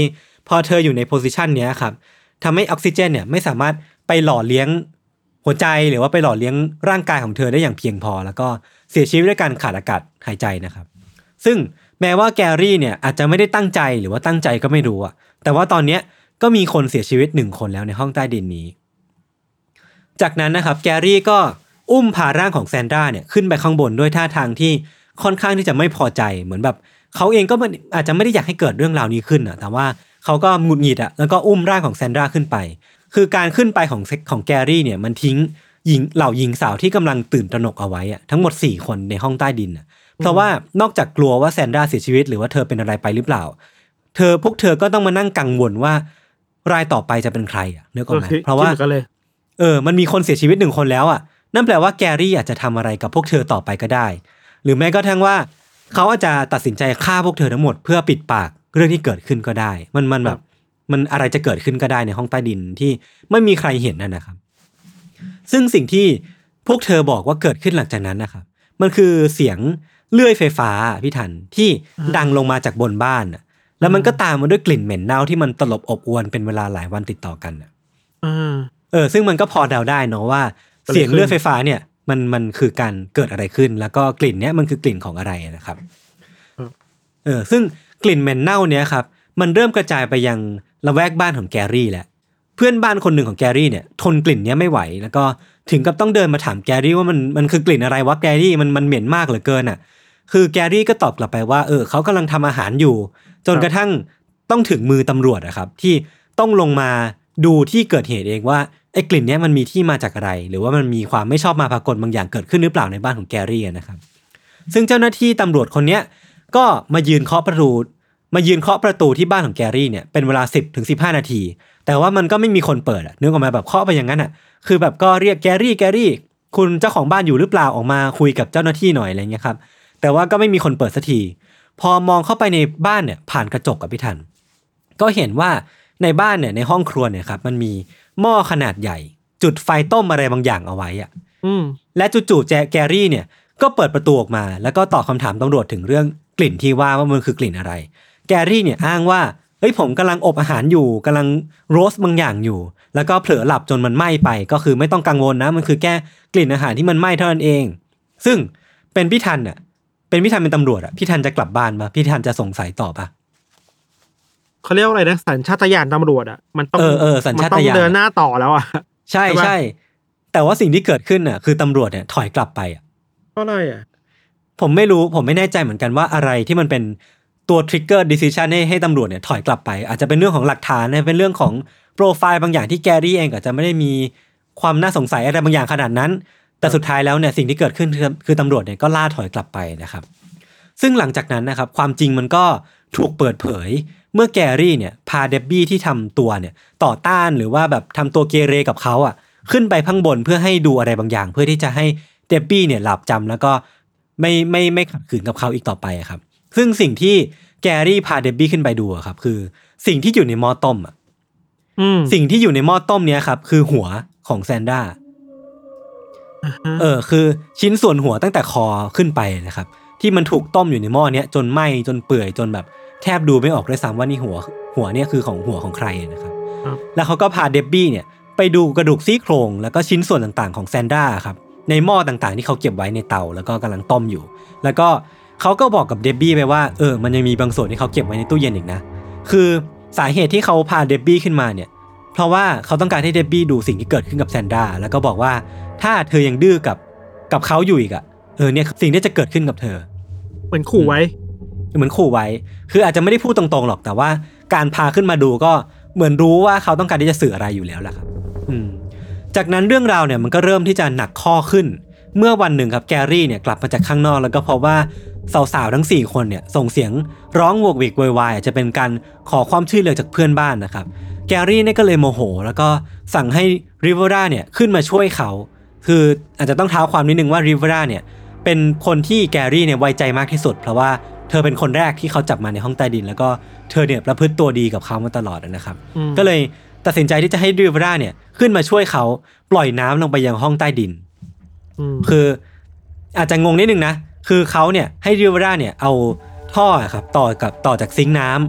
พอเธออยู่ในโพสิชันเนี้ยครับทำให้ออกซิเจนเนี่ยไม่สามารถไปหล่อเลี้ยงหัวใจหรือว่าไปหล่อเลี้ยงร่างกายของเธอได้อย่างเพียงพอแล้วก็เสียชีวิตด้วยการขาดอากาศหายใจนะครับซึ่งแม้ว่าแกรี่เนี่ยอาจจะไม่ได้ตั้งใจหรือว่าตั้งใจก็ไม่รู้อะแต่ว่าตอนเนี้ยก็มีคนเสียชีวิตหนึ่งคนแล้วในห้องใต้ดินนี้จากนั้นนะครับแกรี่ก็อุ้มพาร่างของแซนดราเนี่ยขึ้นไปข้างบนด้วยท่าทางที่ค่อนข้างที่จะไม่พอใจเหมือนแบบเขาเองก็อาจจะไม่ได้อยากให้เกิดเรื่องราวนี้ขึ้นอะแต่ว่าเขาก็หงุดหงิดอะแล้วก็อุ้มร่างของแซนดราขึ้นไปคือการขึ้นไปของของแกรี่เนี่ยมันทิ้งหญิงเหล่าหญิงสาวที่กำลังตื่นตระหนกเอาไว้อะทั้งหมดสี่คนในห้องใต้ดินอะเพราะว่านอกจากกลัวว่าแซนดราเสียชีวิตหรือว่าเธอเป็นอะไรไปหรือเปล่าเธอพวกเธอก็ต้องมานั่งกังวลว่ารายต่อไปจะเป็นใครอะนึกออกไหมเพราะว่าเออมันมีคนเสียชีวิตหนึ่งคนแล้วอะนั่นแปลว่าแกรี่อาจจะทำอะไรกับพวกเธอต่อไปก็ได้หรือแม้ก็ทั้งว่าเขาอาจจะตัดสินใจฆ่าพวกเธอทั้งหมดเพื่อปิดปากเรื่องที่เกิดขึ้นก็ได้มันมันแบบมันอะไรจะเกิดขึ้นก็ได้ในห้องใต้ดินที่ไม่มีใครเห็นนั่นนะครับซึ่งสิ่งที่พวกเธอบอกว่าเกิดขึ้นหลังจากนั้นนะครับมันคือเสียงเลื่อยไฟฟ้าพี่ทันที่ดังลงมาจากบนบ้านแล้วมันก็ตามมาด้วยกลิ่นเหม็นเน่าที่มันตลบอบอวนเป็นเวลาหลายวันติดต่อกันเออซึ่งมันก็พอเดาได้เนาะว่าเสียงเลื่อยไฟฟ้าเนี่ยมันมันคือการเกิดอะไรขึ้นแล้วก็กลิ่นเนี้ยมันคือกลิ่นของอะไรนะครับเออซึ่งกลิ่นเหม็นเน่าเนี้ยครับมันเริ่มกระจายไปยังละแวกบ้านของแกรี่แหละเพื่อนบ้านคนหนึ่งของแกรี่เนี่ยทนกลิ่นเนี้ยไม่ไหวแล้วก็ถึงกับต้องเดินมาถามแกรี่ว่ามันมันคือกลิ่นอะไรวะแกรี่มันมันเหม็นมากเหลือเกินอ่ะคือแกรี่ก็ตอบกลับไปว่าเออเขากำลังทำอาหารอยู่จนกระทั่งต้องถึงมือตำรวจอะครับที่ต้องลงมาดูที่เกิดเหตุเองว่าไอ้กลิ่นนี้มันมีที่มาจากอะไรหรือว่ามันมีความไม่ชอบมาพากลบางอย่างเกิดขึ้นหรือเปล่าในบ้านของแกรี่นะครับซึ่งเจ้าหน้าที่ตำรวจคนเนี้ยก็มายืนเคาะประตูมายืนเคาะประตูที่บ้านของแกรี่เนี่ยเป็นเวลาสิบถึงสิบห้านาทีแต่ว่ามันก็ไม่มีคนเปิดอ่ะนึกออกมาแบบเคาะไปอย่างนั้นอ่ะคือแบบก็เรียกแกรี่แกรี่คุณเจ้าของบ้านอยู่หรือเปล่าออกมาคุยกับเจ้าหน้าที่หน่อยอะไรเงี้ยครับแต่ว่าก็ไม่มีคนเปิดสักทีพอมองเข้าไปในบ้านเนี่ยผ่านกระจกกับพี่ทันก็เห็นว่าในบ้านเนี่ยในห้องครัวเนี่ยครับมันมีหม้อขนาดใหญ่จุดไฟต้มอะไรบางอย่างเอาไว้อ่ะและจู่ๆแจแกรี่เนี่ยก็เปิดประตูออกมาแล้วก็ตอบคำถามตำรวจถึงเรื่องกลิ่นที่ว่าว่ามันคือกลิ่นอะไรแกรี่เนี่ยอ้างว่าเฮ้ยผมกำลังอบอาหารอยู่กำลังโรสบางอย่างอยู่แล้วก็เผลอหลับจนมันไหม้ไปก็คือไม่ต้องกังวลนะมันคือแค่กลิ่นอาหารที่มันไหม้เท่านั้นเองซึ่งเป็นพี่ทันอ่ะเป็นพี่ทันเป็นตำรวจอ่ะพี่ทันจะกลับบ้านป่ะพี่ทันจะสงสัยต่อป่ะ
เขาเรียกว่าอะไรนะสัญชาตญาณตำรวจอ่ะมันต้อง
เออเออสัญชาตญาณ
เดินหน้าต่อแล้วอ่ะ
ใช่ใช่แต่ว่าสิ่งที่เกิดขึ้นอ่ะคือตำรวจเนี่ยถอยกลับไปอ่ะ
เพราะอะไรอ่ะ
ผมไม่รู้ผมไม่แน่ใจเหมือนกันว่าอะไรที่มันเป็นตัวทริกเกอร์ดิซิชันให้ให้ตำรวจเนี่ยถอยกลับไปอาจจะเป็นเรื่องของหลักฐานเป็นเรื่องของโปรไฟล์บางอย่างที่แกรี่เองอาจจะไม่ได้มีความน่าสงสัยอะไรบางอย่างขนาดนั้นแต่สุดท้ายแล้วเนี่ยสิ่งที่เกิดขึ้นคือคือตำรวจเนี่ยก็ล่าถอยกลับไปนะครับซึ่งหลังจากนั้นนะครับความจริงมันก็ถูกเปิดเผยเมื่อแกรี่เนี่ยพาเดบบี้ที่ทำตัวเนี่ยต่อต้านหรือว่าแบบทำตัวเกเรกับเขาอ่ะขึ้นไปข้างบนเพื่อให้ดูอะไรบางอย่างเพื่อที่จะให้เดบบี้เนี่ยหลับจำแล้วก็ไม่ไม่ไม่ขัดขืนกับเขาอีกต่อไปครับซึ่งสิ่งที่แกรี่พาเดบบี้ขึ้นไปดูครับคือสิ่งที่อยู่ในหม้อต้มอ่ะสิ่งที่อยู่ในหม้อต้มเนี้ยครับคือหัวของแซนด้า uh-huh. เออคือชิ้นส่วนหัวตั้งแต่คอขึ้นไปนะครับที่มันถูกต้มอยู่ในหม้อเนี้ยจนไหม้จนเปื่อยจนแบบแทบดูไม่ออกด้วยซ้ำว่านี่หัวหัวเนี่ยคือของหัวของใครนะครับ uh-huh. แล้วเขาก็พาเดบบี้เนี่ยไปดูกระดูกซี่โครงแล้วก็ชิ้นส่วนต่างๆของแซนด้าครับในหม้อต่างๆที่เขาเก็บไว้ในเตาแล้วก็กำลังต้มอยู่แล้วก็เขาก็บอกกับเดบบี้ไปว่าเออมันยังมีบางส่วนที่เขาเก็บไว้ในตู้เย็นอีกนะคือสาเหตุที่เขาพาเดบบี้ขึ้นมาเนี่ยเพราะว่าเขาต้องการให้เดบบี้ดูสิ่งที่เกิดขึ้นกับแซนด้าแล้วก็บอกว่าถ้าเธอยังดื้อกับกับเขาอยู่อีกอ่ะเออเนี่ยสิ่งที่จะเกิดขึ้นกับเธอ
เหมือนขู่ไว้
เหมือนขู่ไว้คืออาจจะไม่ได้พูดตรงๆหรอกแต่ว่าการพาขึ้นมาดูก็เหมือนรู้ว่าเขาต้องการที่จะสื่ออะไรอยู่แล้วแหละครับอืมจากนั้นเรื่องราวเนี่ยมันก็เริ่มที่จะหนักข้อขึ้นเมื่อวันหนึ่งครับแกรี่เนี่ยกลับมาจากข้างนอกแล้วก็พบว่าสาวๆทั้งสี่คนเนี่ยส่งเสียงร้องโวกเวกโวยวายจะเป็นการขอความช่วยเหลือจากเพื่อนบ้านนะครับแกรี่เนี่ยก็เลยโมโหแล้วก็สั่งให้ริเวอร่าเนี่ยขึ้นมาช่วยเขาคืออาจจะต้องเท้าความนิดนึงว่าริเวอร่าเนี่ยเป็นคนที่แกรี่เนี่ยไว้ใจมากที่สุดเพราะว่าเธอเป็นคนแรกที่เขาจับมาในห้องใต้ดินแล้วก็เธอเนี่ยประพฤติตัวดีกับเขามาตลอดนะครับก็เลยตัดสินใจที่จะให้ริเวอร่าเนี่ยขึ้นมาช่วยเขาปล่อยน้ำลงไปยังห้องใต้ดินคืออาจจะงงนิดนึงนะคือเขาเนี่ยให้ริเวอร่าเนี่ยเอาท่อครับต่อกับต่อจากซิงค์น้ำเพื่อ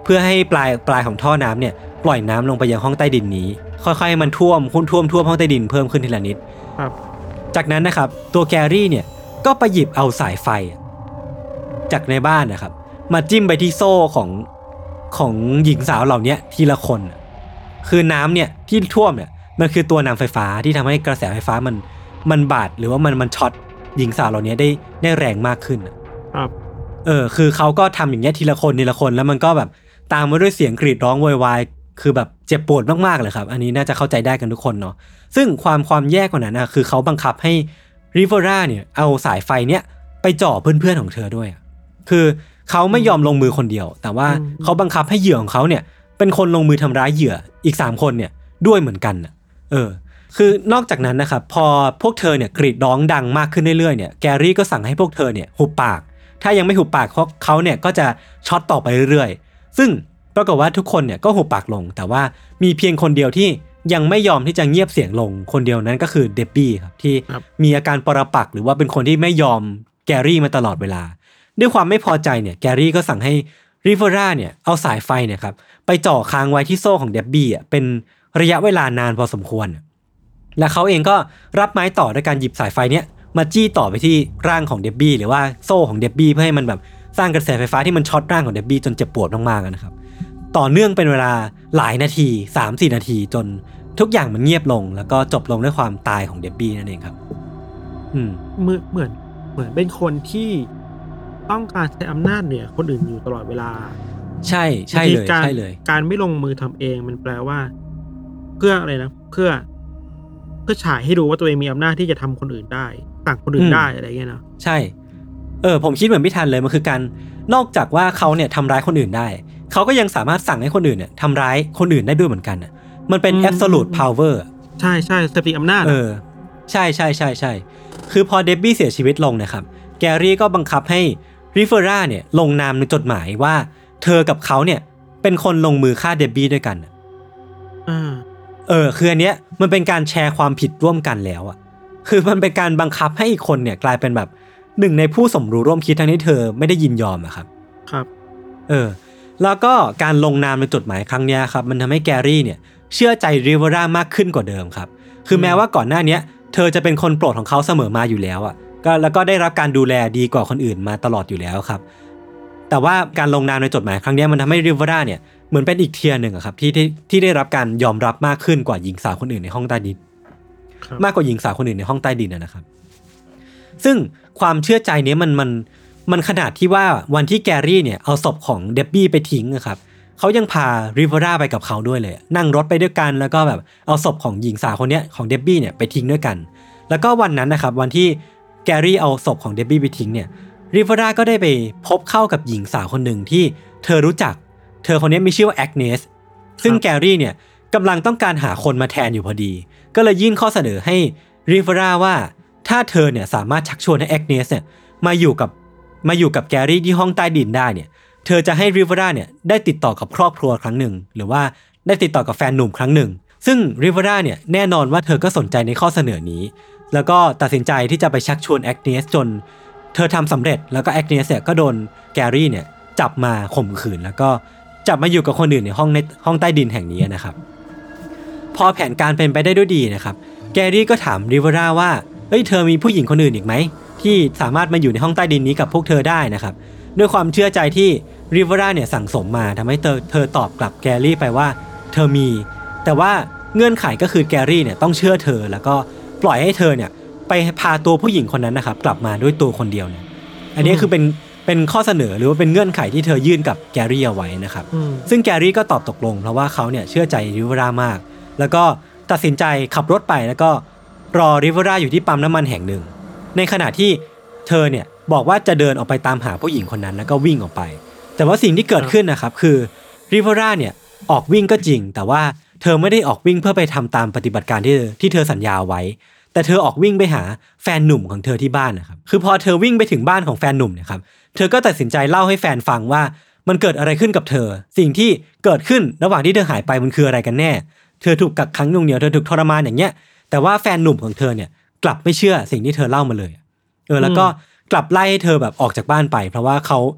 พื่อให้ปลายปลายของท่อน้ำเนี่ยปล่อยน้ำลงไปยังห้องใต้ดินนี้ค่อยๆมันท่วมท่วมท่วมห้องใต้ดินเพิ่มขึ้นทีละนิด
ครับ
จากนั้นนะครับตัวแกรี่เนี่ยก็ไปหยิบเอาสายไฟจากในบ้านนะครับมาจิ้มไปที่โซ่ของของหญิงสาวเหล่านี้ทีละคนคือน้ำเนี่ยที่ท่วมเนี่ยมันคือตัวนำไฟฟ้าที่ทำให้กระแสไฟฟ้ามันมันบาดหรือว่ามันมันช็อตหญิงสาวเหล่านี้ได้ได้แรงมากขึ้น
ครับ
เออคือเขาก็ทำอย่างเงี้ยทีละคนทีละคนแล้วมันก็แบบตามมาด้วยเสียงกรีดร้องโวยวายคือแบบเจ็บปวดมากๆเลยครับอันนี้น่าจะเข้าใจได้กันทุกคนเนาะซึ่งความความแย่กว่านั้นนะคือเขาบังคับให้ริเวอร่าเนี่ยเอาสายไฟเนี้ยไปจ่อเพื่อนๆของเธอด้วยคือเขาไม่ยอมลงมือคนเดียวแต่ว่าเขาบังคับให้เหยื่อของเขาเนี่ยเป็นคนลงมือทำร้ายเหยื่ออีกสามคนเนี่ยด้วยเหมือนกันเออคือนอกจากนั้นนะครับพอพวกเธอเนี่ยกรีดร้องดังมากขึ้นเรื่อยๆเนี่ยแกรี่ก็สั่งให้พวกเธอเนี่ยหุบปากถ้ายังไม่หุบปากเขาเขาเนี่ยก็จะช็อตต่อไปเรื่อยๆซึ่งปรากฏว่าทุกคนเนี่ยก็หุบปากลงแต่ว่ามีเพียงคนเดียวที่ยังไม่ยอมที่จะเงียบเสียงลงคนเดียวนั้นก็คือเดบบี้ครับที่มีอาการปรปักษ์หรือว่าเป็นคนที่ไม่ยอมแกรี่มาตลอดเวลาด้วยความไม่พอใจเนี่ยแกรี่ก็สั่งให้ริเวอร่าเนี่ยเอาสายไฟเนี่ยครับไปจ่อค้างไว้ที่โซ่ของเดบบี้อ่ะเป็นระยะเวลานานพอสมควรและเขาเองก็รับไม้ต่อด้วยการหยิบสายไฟเนี้ยมาจี้ต่อไปที่ร่างของเดบบี้หรือว่าโซ่ของเดบบี้เพื่อให้มันแบบสร้างกระแสไฟฟ้าที่มันช็อตร่างของเดบบี้จนเจ็บปวดมากๆนะครับต่อเนื่องเป็นเวลาหลายนาที สามถึงสี่ นาทีจนทุกอย่างมันเงียบลงแล้วก็จบลงด้วยความตายของเดบบี้นั่นเองครับอืม
เหมือนเหมือนเหมือนเป็นคนที่ต้องการใช้อำนาจเหนือคนอื่นอยู่ตลอดเวลา
ใช่ใช่เลยใช่เลย
การไม่ลงมือทำเองมันแปลว่าเพื่ออะไรนะเพื่อเพื่อฉายให้รู้ว่าตัวเองมีอำนาจที่จะทำคนอื่นได้สั่งคนอื่นได้อะไรเงี้ยเนาะ
ใช่เออผมคิดเหมือนพี่ทันเลยมันคือการนอกจากว่าเขาเนี่ยทำร้ายคนอื่นได้เขาก็ยังสามารถสั่งให้คนอื่นเนี่ยทำร้ายคนอื่นได้ด้วยเหมือนกันอ่ะมันเป็น absolute power
ใช่ใช่สติอำนาจ
เออใช่ใช่ใช่ใช่คือพอเดบบี้เสียชีวิตลงนะครับแกรี่ก็บังคับให้ริเวอร่าเนี่ยลงนามในจดหมายว่าเธอกับเขาเนี่ยเป็นคนลงมือฆ่าเดบบี้ด้วยกัน
อ่า
เออคืออันเนี้ยมันเป็นการแชร์ความผิดร่วมกันแล้วอ่ะคือมันเป็นการบังคับให้อีกคนเนี่ยกลายเป็นแบบหนึ่งในผู้สมรู้ร่วมคิดทั้งที่เธอไม่ได้ยินยอมอะครับ
ครับ
เออแล้วก็การลงนามในจดหมายครั้งนี้ครับมันทำให้แกรี่เนี่ยเชื่อใจริเวอร่ามากขึ้นกว่าเดิมครับคือแม้ว่าก่อนหน้านี้เธอจะเป็นคนโปรดของเขาเสมอมาอยู่แล้วอ่ะก็แล้วก็ได้รับการดูแลดีกว่าคนอื่นมาตลอดอยู่แล้วครับแต่ว่าการลงนามในจดหมายครั้งนี้มันทำให้ริเวอร่าเนี่ยเหมือนเป็นอีกเทียร์หนึ่งอะครับที่ที่ที่ได้รับการยอมรับมากขึ้นกว่าหญิงสาวคนอื่นในห้องใต้ดินมากกว่าหญิงสาวคนอื่นในห้องใต้ดินนะครับซึ่งความเชื่อใจนี้มันมันมันขนาดที่ว่าวันที่แกรี่เนี่ยเอาศพของเดบบี้ไปทิ้งนะครับเขายังพาริเวอร่าไปกับเขาด้วยเลยนั่งรถไปด้วยกันแล้วก็แบบเอาศพของหญิงสาวคนนี้ของเดบบี้เนี่ยไปทิ้งด้วยกันแล้วก็วันนั้นนะครับวันที่แกรี่เอาศพของเดบบี้ไปทิ้งเนี่ยริเวอร่าก็ได้ไปพบเข้ากับหญิงสาวคนหนึ่งที่เธอรู้จักเธอคนนี้มีชื่อว่าแอกเนสซึ่งแกรี่เนี่ยกำลังต้องการหาคนมาแทนอยู่พอดีก็เลยยื่นข้อเสนอให้ริเวอร่าว่าถ้าเธอเนี่ยสามารถชักชวนให้แอกเนสเนี่ยมาอยู่กับมาอยู่กับแกรี่ที่ห้องใต้ดินได้เนี่ยเธอจะให้ริเวอร่าเนี่ยได้ติดต่อกับครอบครัวครั้งหนึ่งหรือว่าได้ติดต่อกับแฟนหนุ่มครั้งหนึ่งซึ่งริเวอร่าเนี่ยแน่นอนว่าเธอก็สนใจในข้อเสนอนี้แล้วก็ตัดสินใจที่จะไปชักชวนแอกเนสจนเธอทำสำเร็จแล้วก็แอกเนสเนี่ยก็โดนแกรี่เนี่ยจับมาข่มขืนแล้วก็จับมาอยู่กับคนอื่นในห้องในห้องใต้ดินแห่งนี้นะครับพอแผนการเป็นไปได้ด้วยดีนะครับแกรี่ก็ถามริเวอร่าว่าเอ้ยเธอมีผู้หญิงคนอื่นอีกไหมที่สามารถมาอยู่ในห้องใต้ดินนี้กับพวกเธอได้นะครับด้วยความเชื่อใจที่ริเวอร่าเนี่ยสั่งสมมาทำให้เธอเธอตอบกลับแกรี่ไปว่าเธอมีแต่ว่าเงื่อนไขก็คือแกรี่เนี่ยต้องเชื่อเธอแล้วก็ปล่อยให้เธอเนี่ยไปพาตัวผู้หญิงคนนั้นนะครับกลับมาด้วยตัวคนเดียวเนี่ยอันนี้คือเป็นเป็นข้อเสนอหรือว่าเป็นเงื่อนไขที่เธอยื่นกับแกรี่เอาไว้นะครับซึ่งแกรี่ก็ตอบตกลงเพราะว่าเขาเนี่ยเชื่อใจริเวอร่ามากแล้วก็ตัดสินใจขับรถไปแล้วก็รอริเวอร่าอยู่ที่ปั๊มน้ำมันแห่งหนึ่งในขณะที่เธอเนี่ยบอกว่าจะเดินออกไปตามหาผู้หญิงคนนั้นแล้วก็วิ่งออกไปแต่ว่าสิ่งที่เกิดขึ้นนะครับคือริเวอร่าเนี่ยออกวิ่งก็จริงแต่ว่าเธอไม่ได้ออกวิ่งเพื่อไปทำตามปฏิบัติการที่ที่เธอสัญญาไว้แต่เธอออกวิ่งไปหาแฟนหนุ่มของเธอที่บ้านนะครับคือพอเธอวิ่งไปถึงบ้านของแฟนหนุ่มเนี่ยครับเธอก็ตัดสินใจเล่าให้แฟนฟังว่ามันเกิดอะไรขึ้นกับเธอสิ่งที่เกิดขึ้นระหว่างที่เธอหายไปมันคืออะไรกันแน่เธอถูกกักขังหน่วงเหนี่ยวเธอถูกทรมานอย่างเงี้ยแต่ว่าแฟนหนุ่มของเธอเนี่ยกลับไม่เชื่อสิ่งที่เธอเล่ามาเลยเออแล้วก็กลับไล่ให้เธอแบบออกจากบ้านไปเพราะว่าเขา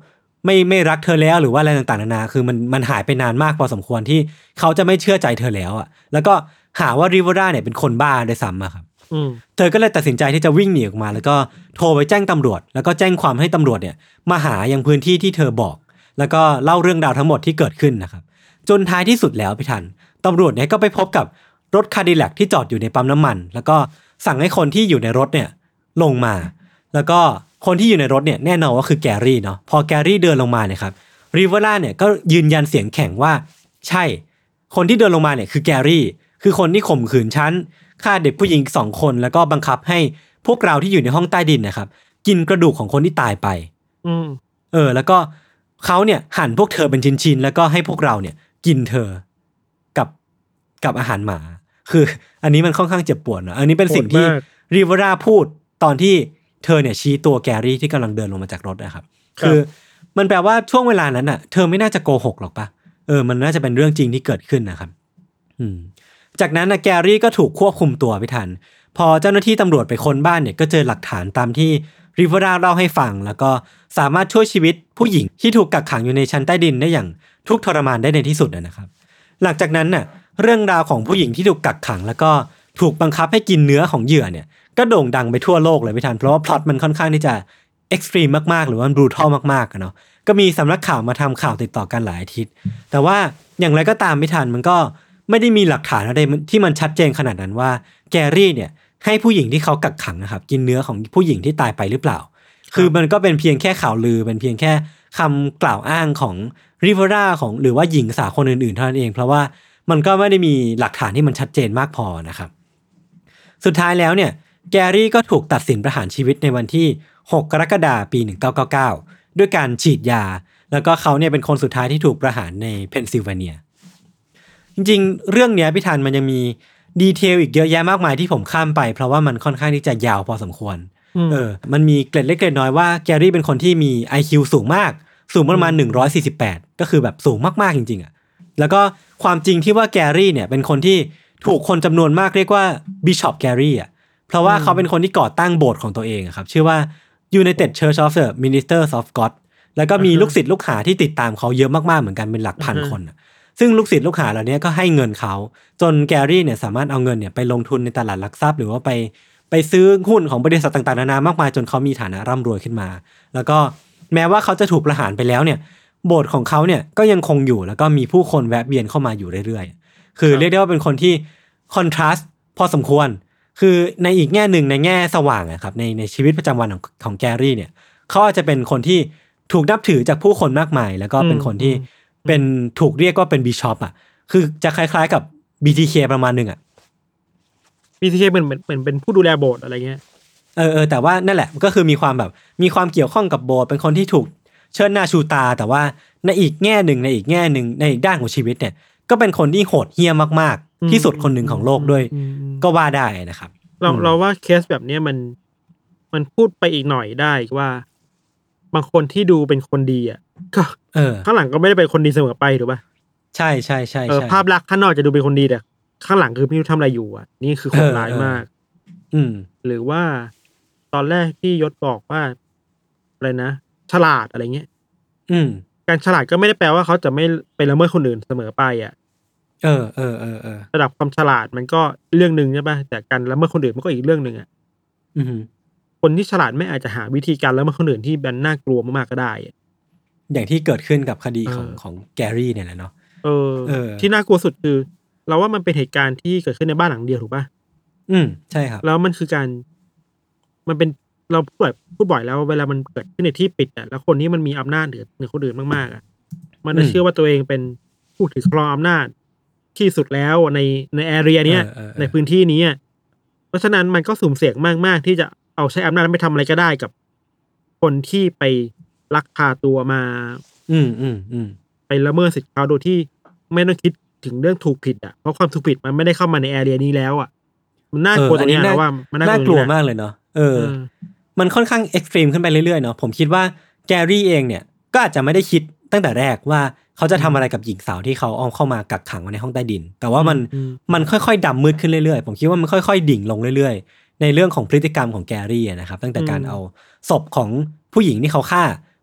ไม่ไม่รักเธอแล้วหรือว่าอะไรต่างๆนานาคือมันมันหายไปนานมากพอสมควรที่เขาจะไม่เชื่อใจเธอแล้วอ่ะแล้วก็หาว่าริเวอร่าเนี่ยเป็นคนบ้าด้วยซ้ำอะครับเธอก็เลยตัดสินใจที่จะวิ่งหนีออกมาแล้วก็โทรไปแจ้งตำรวจแล้วก็แจ้งความให้ตำรวจเนี่ยมาหายังพื้นที่ที่เธอบอกแล้วก็เล่าเรื่องราวทั้งหมดที่เกิดขึ้นนะครับจนท้ายที่สุดแล้วพี่ทันตำรวจเนี่ยก็ไปพบกับรถคาดิแลกที่จอดอยู่ในปั๊มน้ำมันแล้วก็สั่งให้คนที่อยู่ในรถเนี่ยลงมาแล้วก็คนที่อยู่ในรถเนี่ยแน่นอนว่าคือแกรี่เนาะพอแกรี่เดินลงมาเนี่ยครับริเวอร่าเนี่ยก็ยืนยันเสียงแข็งว่าใช่คนที่เดินลงมาเนี่ยคือแกรี่คือคนที่ข่มขืนฉันฆ่าเด็กผู้หญิงสองคนแล้วก็บังคับให้พวกเราที่อยู่ในห้องใต้ดินนะครับกินกระดูกของคนที่ตายไป
อืม
เออแล้วก็เขาเนี่ยหั่นพวกเธอเป็นชิ้นๆแล้วก็ให้พวกเราเนี่ยกินเธอกับกับอาหารหมาคืออันนี้มันค่อนข้างเจ็บปวดนะอันนี้เป็นสิ่งที่ริเวอร่าพูดตอนที่เธอเนี่ยชี้ตัวแกรี่ที่กำลังเดินลงมาจากรถนะครับคือมันแปลว่าช่วงเวลานั้นน่ะเธอไม่น่าจะโกหกหรอกปะเออมันน่าจะเป็นเรื่องจริงที่เกิดขึ้นนะครับอืมจากนั้นนะแกรี่ก็ถูกควบคุมตัวไปทันพอเจ้าหน้าที่ตำรวจไปค้นบ้านเนี่ยก็เจอหลักฐานตามที่ริเวอร่าเล่าให้ฟังแล้วก็สามารถช่วยชีวิตผู้หญิงที่ถูกกักขังอยู่ในชั้นใต้ดินได้อย่างทุกข์ทรมานได้ในที่สุดนะครับหลังจากนั้นน่ะเรื่องราวของผู้หญิงที่ถูกกักขังแล้วก็ถูกบังคับให้กินเนื้อของเหยื่อเนี่ยก็โด่งดังไปทั่วโลกเลยพี่ทันเพราะว่าพล็อตมันค่อนข้างที่จะเอ็กซ์ตรีมมากๆหรือว่าบรูทัลมากๆเนาะก็มีสำนักข่าวมาทำข่าวติดต่อกันหลายอาทิตย์แต่ว่าอย่างไรก็ตามพี่ทันมันก็ไม่ได้มีหลักฐานอะไรที่มันชัดเจนขนาดนั้นว่าแกรี่เนี่ยให้ผู้หญิงที่เขากักขังนะครับกินเนื้อของผู้หญิงที่ตายไปหรือเปล่าคือมันก็เป็นเพียงแค่ข่าวลือเป็นเพียงแค่คำกล่าวอ้างของริเวอร่าของหรือว่าหญิงสาวคนอื่นๆเท่านั้นเองเพราะว่ามันก็ไม่ได้มีหลักฐานที่มันชัดเจนมากพอนะครับสุดท้ายแล้วเนี่ยแกรี่ก็ถูกตัดสินประหารชีวิตในวันที่หกกรกฎาคมปีหนึ่งพันเก้าร้อยเก้าสิบเก้าด้วยการฉีดยาแล้วก็เขาเนี่ยเป็นคนสุดท้ายที่ถูกประหารในเพนซิลเวเนียจริงๆเรื่องนี้พี่ทันมันยังมีดีเทลอีกเยอะแยะมากมายที่ผมข้ามไปเพราะว่ามันค่อนข้างที่จะยาวพอสมควรเออมันมีเกร็ดเล็กเกร็ดน้อยว่าแกรี่เป็นคนที่มี ไอ คิว สูงมากสูงประมาณหนึ่งร้อยสี่สิบแปดก็คือแบบสูงมากๆจริงๆอ่ะแล้วก็ความจริงที่ว่าแกรี่เนี่ยเป็นคนที่ถูกคนจำนวนมากเรียกว่าบิชอปแกรี่อ่ะเพราะว่าเขาเป็นคนที่ก่อตั้งโบสถ์ของตัวเองครับชื่อว่า United Church of the Ministers of God แล้วก็มีลูกศิษย์ลูกหาที่ติดตามเขาเยอะมากๆเหมือนกันเป็นหลักพันคนซึ่งลูกศิษย์ลูกหาเหล่านี้ก็ให้เงินเขาจนแกรี่เนี่ยสามารถเอาเงินเนี่ยไปลงทุนในตลาดหลักทรัพย์หรือว่าไปไปซื้อหุ้นของบริษัทต่างๆนานามากมายจนเขามีฐานะร่ำรวยขึ้นมาแล้วก็แม้ว่าเขาจะถูกประหารไปแล้วเนี่ยโบสถ์ของเขาเนี่ยก็ยังคงอยู่แล้วก็มีผู้คนแวะเวียนเข้ามาอยู่เรื่อยๆคือเรียกได้ว่าเป็นคนที่คอนทราสต์พอสมควรคือในอีกแง่หนึ่งในแง่สว่างอะครับในในชีวิตประจำวันของของแกรี่เนี่ยเขาอาจจะเป็นคนที่ถูกนับถือจากผู้คนมากมายแล้วก็เป็นคนที่เป็นถูกเรียกว่าเป็นบิชอปอ่ะคือจะคล้ายๆกับ บี ที เค ประมาณนึงอ่ะ
บี ที เค เหมือนเหมือนเป็นผู้ดูแลโบสถ์อะไรเงี้ย
เออเออแต่ว่านั่นแหละก็คือมีความแบบมีความเกี่ยวข้องกับโบสถ์เป็นคนที่ถูกเชิดหน้าชูตาแต่ว่าในอีกแง่หนึ่งในอีกแง่หนึ่งในอีกด้านของชีวิตเนี่ยก็เป็นคนที่โหดเหี้ยมมากๆที่สุดคนหนึ่งของโลกด้วยก็ว่าได้นะครับ
เราเราว่าเคสแบบนี้มันมันพูดไปอีกหน่อยได้ว่าบางคนที่ดูเป็นคนดีอ่ะก็
เออ
ข้างหลังก็ไม่ได้เป็นคนดีเสมอไปถูกป่ะ
ใช่ใช่ใช่
เออภาพลักษณ์ข้างนอกจะดูเป็นคนดีแต่ข้างหลังคือไม่รู้ทำอะไรอยู่อ่ะนี่คือคนร้ายมาก
อืม
หรือว่าตอนแรกที่ยศบอกว่าอะไรนะฉลาดอะไรเงี้ย
อืม
การฉลาดก็ไม่ได้แปลว่าเขาจะไม่ไปละเมิดคนอื่นเสมอไปอ่ะ
เออเออเออเออ
ระดับความฉลาดมันก็เรื่องนึงใช่ป่ะแต่การละเมิดคนอื่นมันก็อีกเรื่องนึงอ่ะ
อืม
คนที่ฉลาดไม่อาจจะหาวิธีการละเมิดคนอื่นที่มันน่ากลัวมากๆก็ได้
อย่างที่เกิดขึ้นกับคดีของของแกรี่เนี่ยแหละเนาะ
เออที่น่ากลัวสุดคือเราว่ามันเป็นเหตุการณ์ที่เกิดขึ้นในบ้านหลังเดียวถูกป่ะ
อืมใช่ครับ
แล้วมันคือการมันเป็นเราพูดบ่อยพูดบ่อยแล้วเวลามันเกิดขึ้นในที่ปิดอ่ะแล้วคนนี้มันมีอำนาจเหนือเหนือคนอื่นมากๆอ่ะมันจะเชื่อว่าตัวเองเป็นผู้ถือครองอำนาจที่สุดแล้วในในแอเรียเนี้ยในพื้นที่นี้เพราะฉะนั้นมันก็สุ่มเสี่ยงมากๆที่จะเอาใช้อำนาจไปทำอะไรก็ได้กับคนที่ไปลักพาตัวมา
อืมอืมอืม
ไปละเมิดสิทธิเขาโดยที่ไม่ต้องคิดถึงเรื่องถูกผิดอ่ะเพราะความถูกผิดมันไม่ได้เข้ามาในแอเรียนี้แล้วอ่ะมันน่ากลัวตรงนี้นะว่า
มันน่ากลัวมากเลยเนาะเออมันค่อนข้างเอ็กซ์ตรีมขึ้นไปเรื่อยๆเนาะผมคิดว่าแกรี่เองเนี่ยก็อาจจะไม่ได้คิดตั้งแต่แรกว่าเขาจะทำอะไรกับหญิงสาวที่เขาเอาเข้ามากักขังไว้ในห้องใต้ดินแต่ว่ามันมันค่อยๆดำมืดขึ้นเรื่อยๆผมคิดว่ามันค่อยๆดิ่งลงเรื่อยๆในเรื่องของพฤติกรรมของแกรี่นะครับตั้งแต่การเอาศพของผู้หญิงที่เขาฆ่า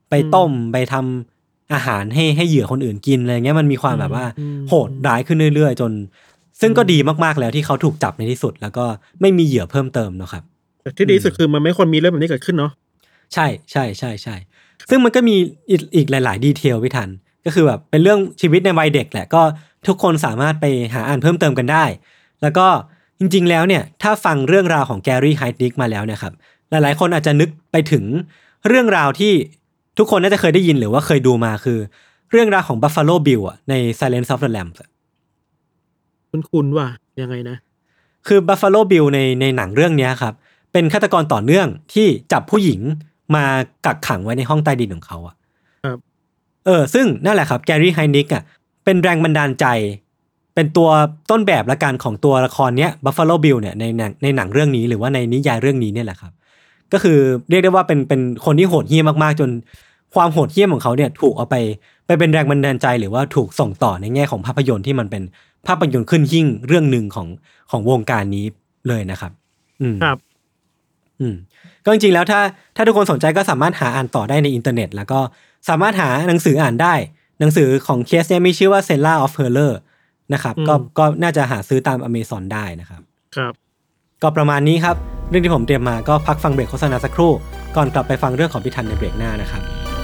ไปต้มไปทำอาหารให้ให้เหยื่อคนอื่นกินอะไรเงี้ยมันมีความแบบว่าโหดร้ายขึ้นเรื่อยๆจนซึ่งก็ดีมากๆแล้วที่เขาถูกจับในที่สุดแล้วก็ไม่มีเหยื่อเพิ่มเติมเนาะครับ
แต่ที่ดีสุดคือมันไม่ควรมีเรื่องแบบนี้เกิดขึ้นเนาะ
ใช่ใช่ใช่ใช่ซึ่งมันก็มีอีกอีกหลายๆดีเทลพี่ทันก็คือแบบเป็นเรื่องชีวิตในวัยเด็กแหละก็ทุกคนสามารถไปหาอ่านเพิ่มเติมกันได้แล้วก็จริงๆแล้วเนี่ยถ้าฟังเรื่องราวของแกรี่ไฮดิกมาแล้วเนี่ยครับหลายๆคนอาจจะนึกไปถึงเรื่องราวที่ทุกคนน่าจะเคยได้ยินหรือว่าเคยดูมาคือเรื่องราวของ Buffalo Bill อ่ะใน Silence of the Lambs
คุ้นๆว่ะยังไงนะ
คือ Buffalo Bill ในในหนังเรื่องนี้ครับเป็นฆาตกรต่อเนื่องที่จับผู้หญิงมากักขังไว้ในห้องใต้ดินของเขาอ่ะ
ครับ
เออซึ่งนั่นแหละครับแกรี่ไฮนิกอ่ะเป็นแรงบันดาลใจเป็นตัวต้นแบบละกันของตัวละครเนี้ย Buffalo Bill เนี่ยในหนังในหนังเรื่องนี้หรือว่าในนิยายเรื่องนี้เนี่ยแหละครับก็คือเรียกได้ว่าเป็นเป็นคนที่โหดเหี้ยมมากๆจนความโหดเหี้ยมของเขาเนี่ยถูกเอาไปไปเป็นแรงบันดาลใจหรือว่าถูกส่งต่อในแง่ของภาพยนตร์ที่มันเป็นภาพยนตร์ขึ้นหิ้งเรื่องนึงของของวงการนี้เลยนะครับอืม
ครับ
อืมก็จริงๆแล้วถ้าถ้าทุกคนสนใจก็สามารถหาอ่านต่อได้ในอินเทอร์เน็ตแล้วก็สามารถหาหนังสืออ่านได้หนังสือของเคสเนี่ยมีชื่อว่า Cellar of Horror นะครับก็ก็น่าจะหาซื้อตาม Amazon ได้นะครับ
ครับ
ก็ประมาณนี้ครับเรื่องที่ผมเตรียมมาก็พักฟังเบรกโฆษณาสักครู่ก่อนกลับไปฟังเรื่องของพี่ทันในเบรกหน้านะครับ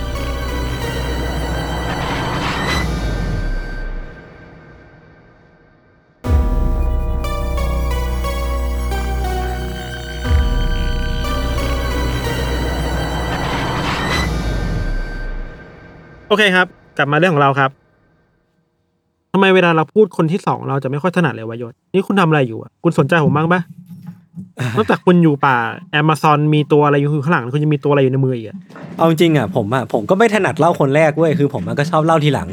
โอเคครับกลับมาเรื่องของเราครับทำไมเวลาเราพูดคนที่สองเราจะไม่ค่อยถนัดเลยวะยศนี่คุณทำอะไรอยู่อ่ะคุณสนใจผมบ้างปะนอกจากคุณอยู่ป่า Amazon มีตัวอะไรอยู่ข้างหลังคุณจะมีตัวอะไรอยู่ในมืออีกอ่ะ
เอาจริงอ่ะผมอ่ะผมก็ไม่ถนัดเล่าคนแรกเว้ยคือผมก็ชอบเล่าทีหลัง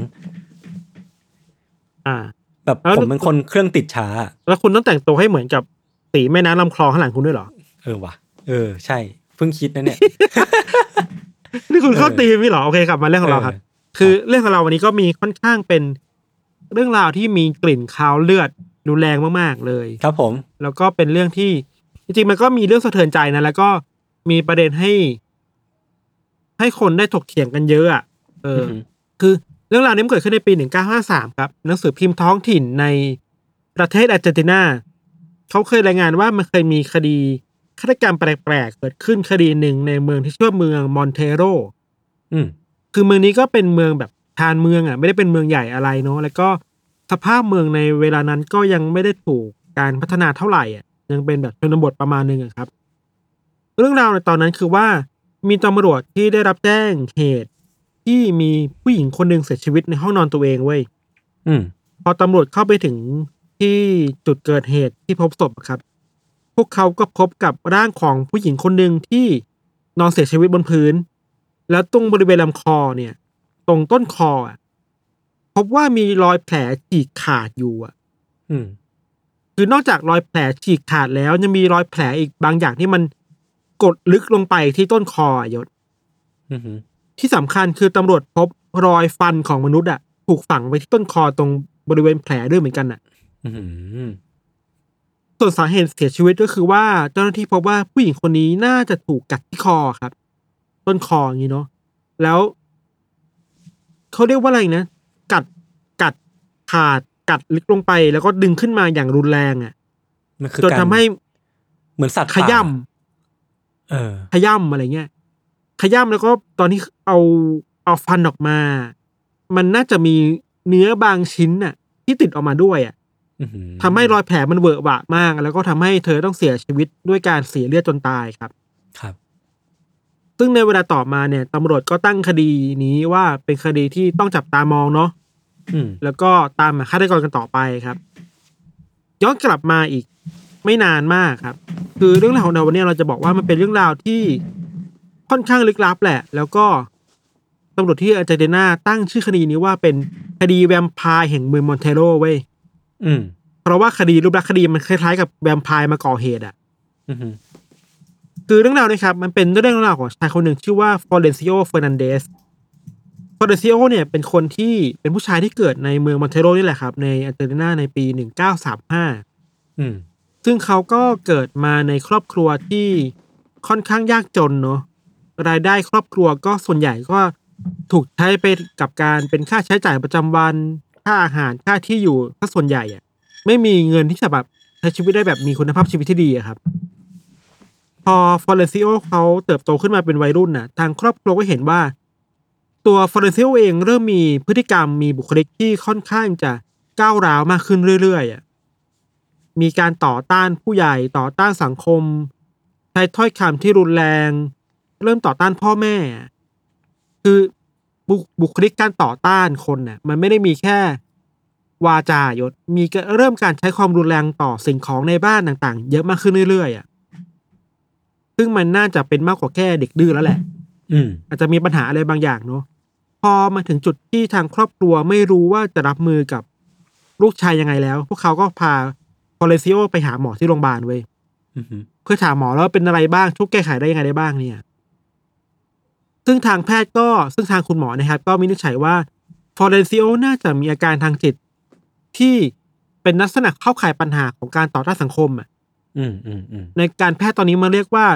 อ่า
แบบผมเป็นคนเครื่องติดช้า
แล้วคุณต้องแต่งตัวให้เหมือนกับสีแม่น้ำลำคลองข้างหลังคุณด้วยเหรอ
เออว่ะเออใช่เพิ่งคิดนะเนี่ย
นี่คุณเข้าตีมนี่เหรอโอเคครับมาเรื่องของเราครับคือเรื่องของเราวันนี้ก็มีค่อนข้างเป็นเรื่องราวที่มีกลิ่นคาวเลือดรุนแรงมากๆเลย
ครับผม
แล้วก็เป็นเรื่องที่จริงๆมันก็มีเรื่องสะเทือนใจนะแล้วก็มีประเด็นให้ให้คนได้ถกเถียงกันเยอะอ่ะเออคือเรื่องราวนี้มันเกิดขึ้นในปีหนึ่งเก้าห้าสามครับหนังสือพิมพ์ท้องถิ่นในประเทศอาร์เจนตินาเขาเคยรายงานว่ามันเคยมีคดีฆาตกรรมแปลกๆเกิดขึ้นคดีหนึ่งในเมืองที่ชื่อว่าเมืองมอนเทโร
อืม
คือเมืองนี้ก็เป็นเมืองแบบชานเมืองอ่ะไม่ได้เป็นเมืองใหญ่อะไรเนาะแล้วก็สภาพเมืองในเวลานั้นก็ยังไม่ได้ถูกการพัฒนาเท่าไหร่อ่ะยังเป็นแบบชนบทประมาณนึงอ่ะครับเรื่องราวในตอนนั้นคือว่ามีตำรวจที่ได้รับแจ้งเหตุที่มีผู้หญิงคนนึงเสียชีวิตในห้องนอนตัวเองเว้ย
อืม
พอตำรวจเข้าไปถึงที่จุดเกิดเหตุที่พบศพครับพวกเขาก็พบกับร่างของผู้หญิงคนนึงที่นอนเสียชีวิตบนพื้นแล้วตรงบริเวณลำคอเนี่ยตรงต้นคออ่ะพบว่ามีรอยแผลฉีกขาดอยู่อ่ะ
อืม
คือนอกจากรอยแผลฉีกขาดแล้วยังมีรอยแผลอีกบางอย่างที่มันกดลึกลงไปที่ต้นคอยศที่สำคัญคือตำรวจพบรอยฟันของมนุษย์อ่ะถูกฝังไว้ที่ต้นคอตรงบริเวณแผลด้วยเหมือนกันอ่ะส่วนสาเหตุเสียชีวิตก็คือว่าเจ้าหน้าที่พบว่าผู้หญิงคนนี้น่าจะถูกกัดที่คอครับต้นคออย่างนี้เนาะแล้วเขาเรียกว่าอะไรนะกัดกัดขาดกัดลึกลงไปแล้วก็ดึงขึ้นมาอย่างรุนแรงอ่ะจนทำให้
เหมือนสัตว์
ขย่
ำเออ
ขย่ำอะไรเงี้ยขย่ำแล้วก็ตอนที่เอาเอาฟันออกมามันน่าจะมีเนื้อบางชิ้นน่ะที่ติดออกมาด้วยอ่ะทำให้รอยแผลมันเวอะหวะมากแล้วก็ทำให้เธอต้องเสียชีวิตด้วยการเสียเลือดจนตายครับ
ครับ
ซึ่งในเวลาต่อมาเนี่ยตำรวจก็ตั้งคดีนี้ว่าเป็นคดีที่ต้องจับตามองเนาะแล้วก็ตามหาฆาตกรกันต่อไปครับย้อนกลับมาอีกไม่นานมากครับคือเรื่องราวของเราวันนี้เราจะบอกว่ามันเป็นเรื่องราวที่ค่อนข้างลึกลับแหละแล้วก็ตำรวจที่อาร์เจนตินาตั้งชื่อคดีนี้ว่าเป็นคดีแวมไพร์แห่งเมืองมอนเทโรเว้ย
อืม
เพราะว่าคดีรูปลักษณ์คดีมันคล้ายๆกับแวมไพร์มาก่อเหตุอ่ะคือเรื่องราวนี้ครับมันเป็นเรื่องราวของชายคนหนึ่งชื่อว่าฟลอเรนซิโอเฟอร์นันเดสฟลอเรนซิโอเนี่ยเป็นคนที่เป็นผู้ชายที่เกิดในเมืองมอนเทโรนี่แหละครับในอาร์เจนตินาในปีหนึ่งเก้าสามห้า
อืม
ซึ่งเขาก็เกิดมาในครอบครัวที่ค่อนข้างยากจนเนาะรายได้ครอบครัวก็ส่วนใหญ่ก็ถูกใช้ไปกับการเป็นค่าใช้จ่ายประจำวันค่าอาหารค่าที่อยู่ถ้าส่วนใหญ่อ่ะไม่มีเงินที่จะแบบใช้ชีวิตได้แบบมีคุณภาพชีวิตที่ดีอะครับพอฟอเรนซิโอเขาเติบโตขึ้นมาเป็นวัยรุ่นน่ะทางครอบครัวก็เห็นว่าตัวฟอเรนซิโอเองเริ่มมีพฤติกรรมมีบุคลิกที่ค่อนข้างจะก้าวร้าวมากขึ้นเรื่อยๆอ่ะมีการต่อต้านผู้ใหญ่ต่อต้านสังคมใช้ถ้อยคำที่รุนแรงเริ่มต่อต้านพ่อแม่คือบุบุคลิกการต่อต้านคนน่ะมันไม่ได้มีแค่วาจายศมีเริ่มการใช้ความรุนแรงต่อสิ่งของในบ้านต่างๆเยอะมากขึ้นเรื่อยๆอ่ะซึ่งมันน่าจะเป็นมากกว่าแค่เด็กดื้อแล้วแหละ
อืม
อาจจะมีปัญหาอะไรบางอย่างเนาะพอมาถึงจุดที่ทางครอบครัวไม่รู้ว่าจะรับมือกับลูกชายยังไงแล้วพวกเขาก็พาฟอเรนซิโอไปหาหมอที่โรงพยาบาลเว้ยเพื่อถามหมอแล้วเป็นอะไรบ้างช่วยแก้ไขได้ยังไงได้บ้างเนี่ยซึ่งทางแพทย์ก็ซึ่งทางคุณหมอนะครับก็วินิจฉัยว่าฟอเรนซิโอน่าจะมีอาการทางจิตที่เป็นลักษณะเข้าข่ายปัญหาของการต่อต้านสังคมอ่ะ
อืมอืมอืม
ในการแพทย์ตอนนี้มันเรียกว่า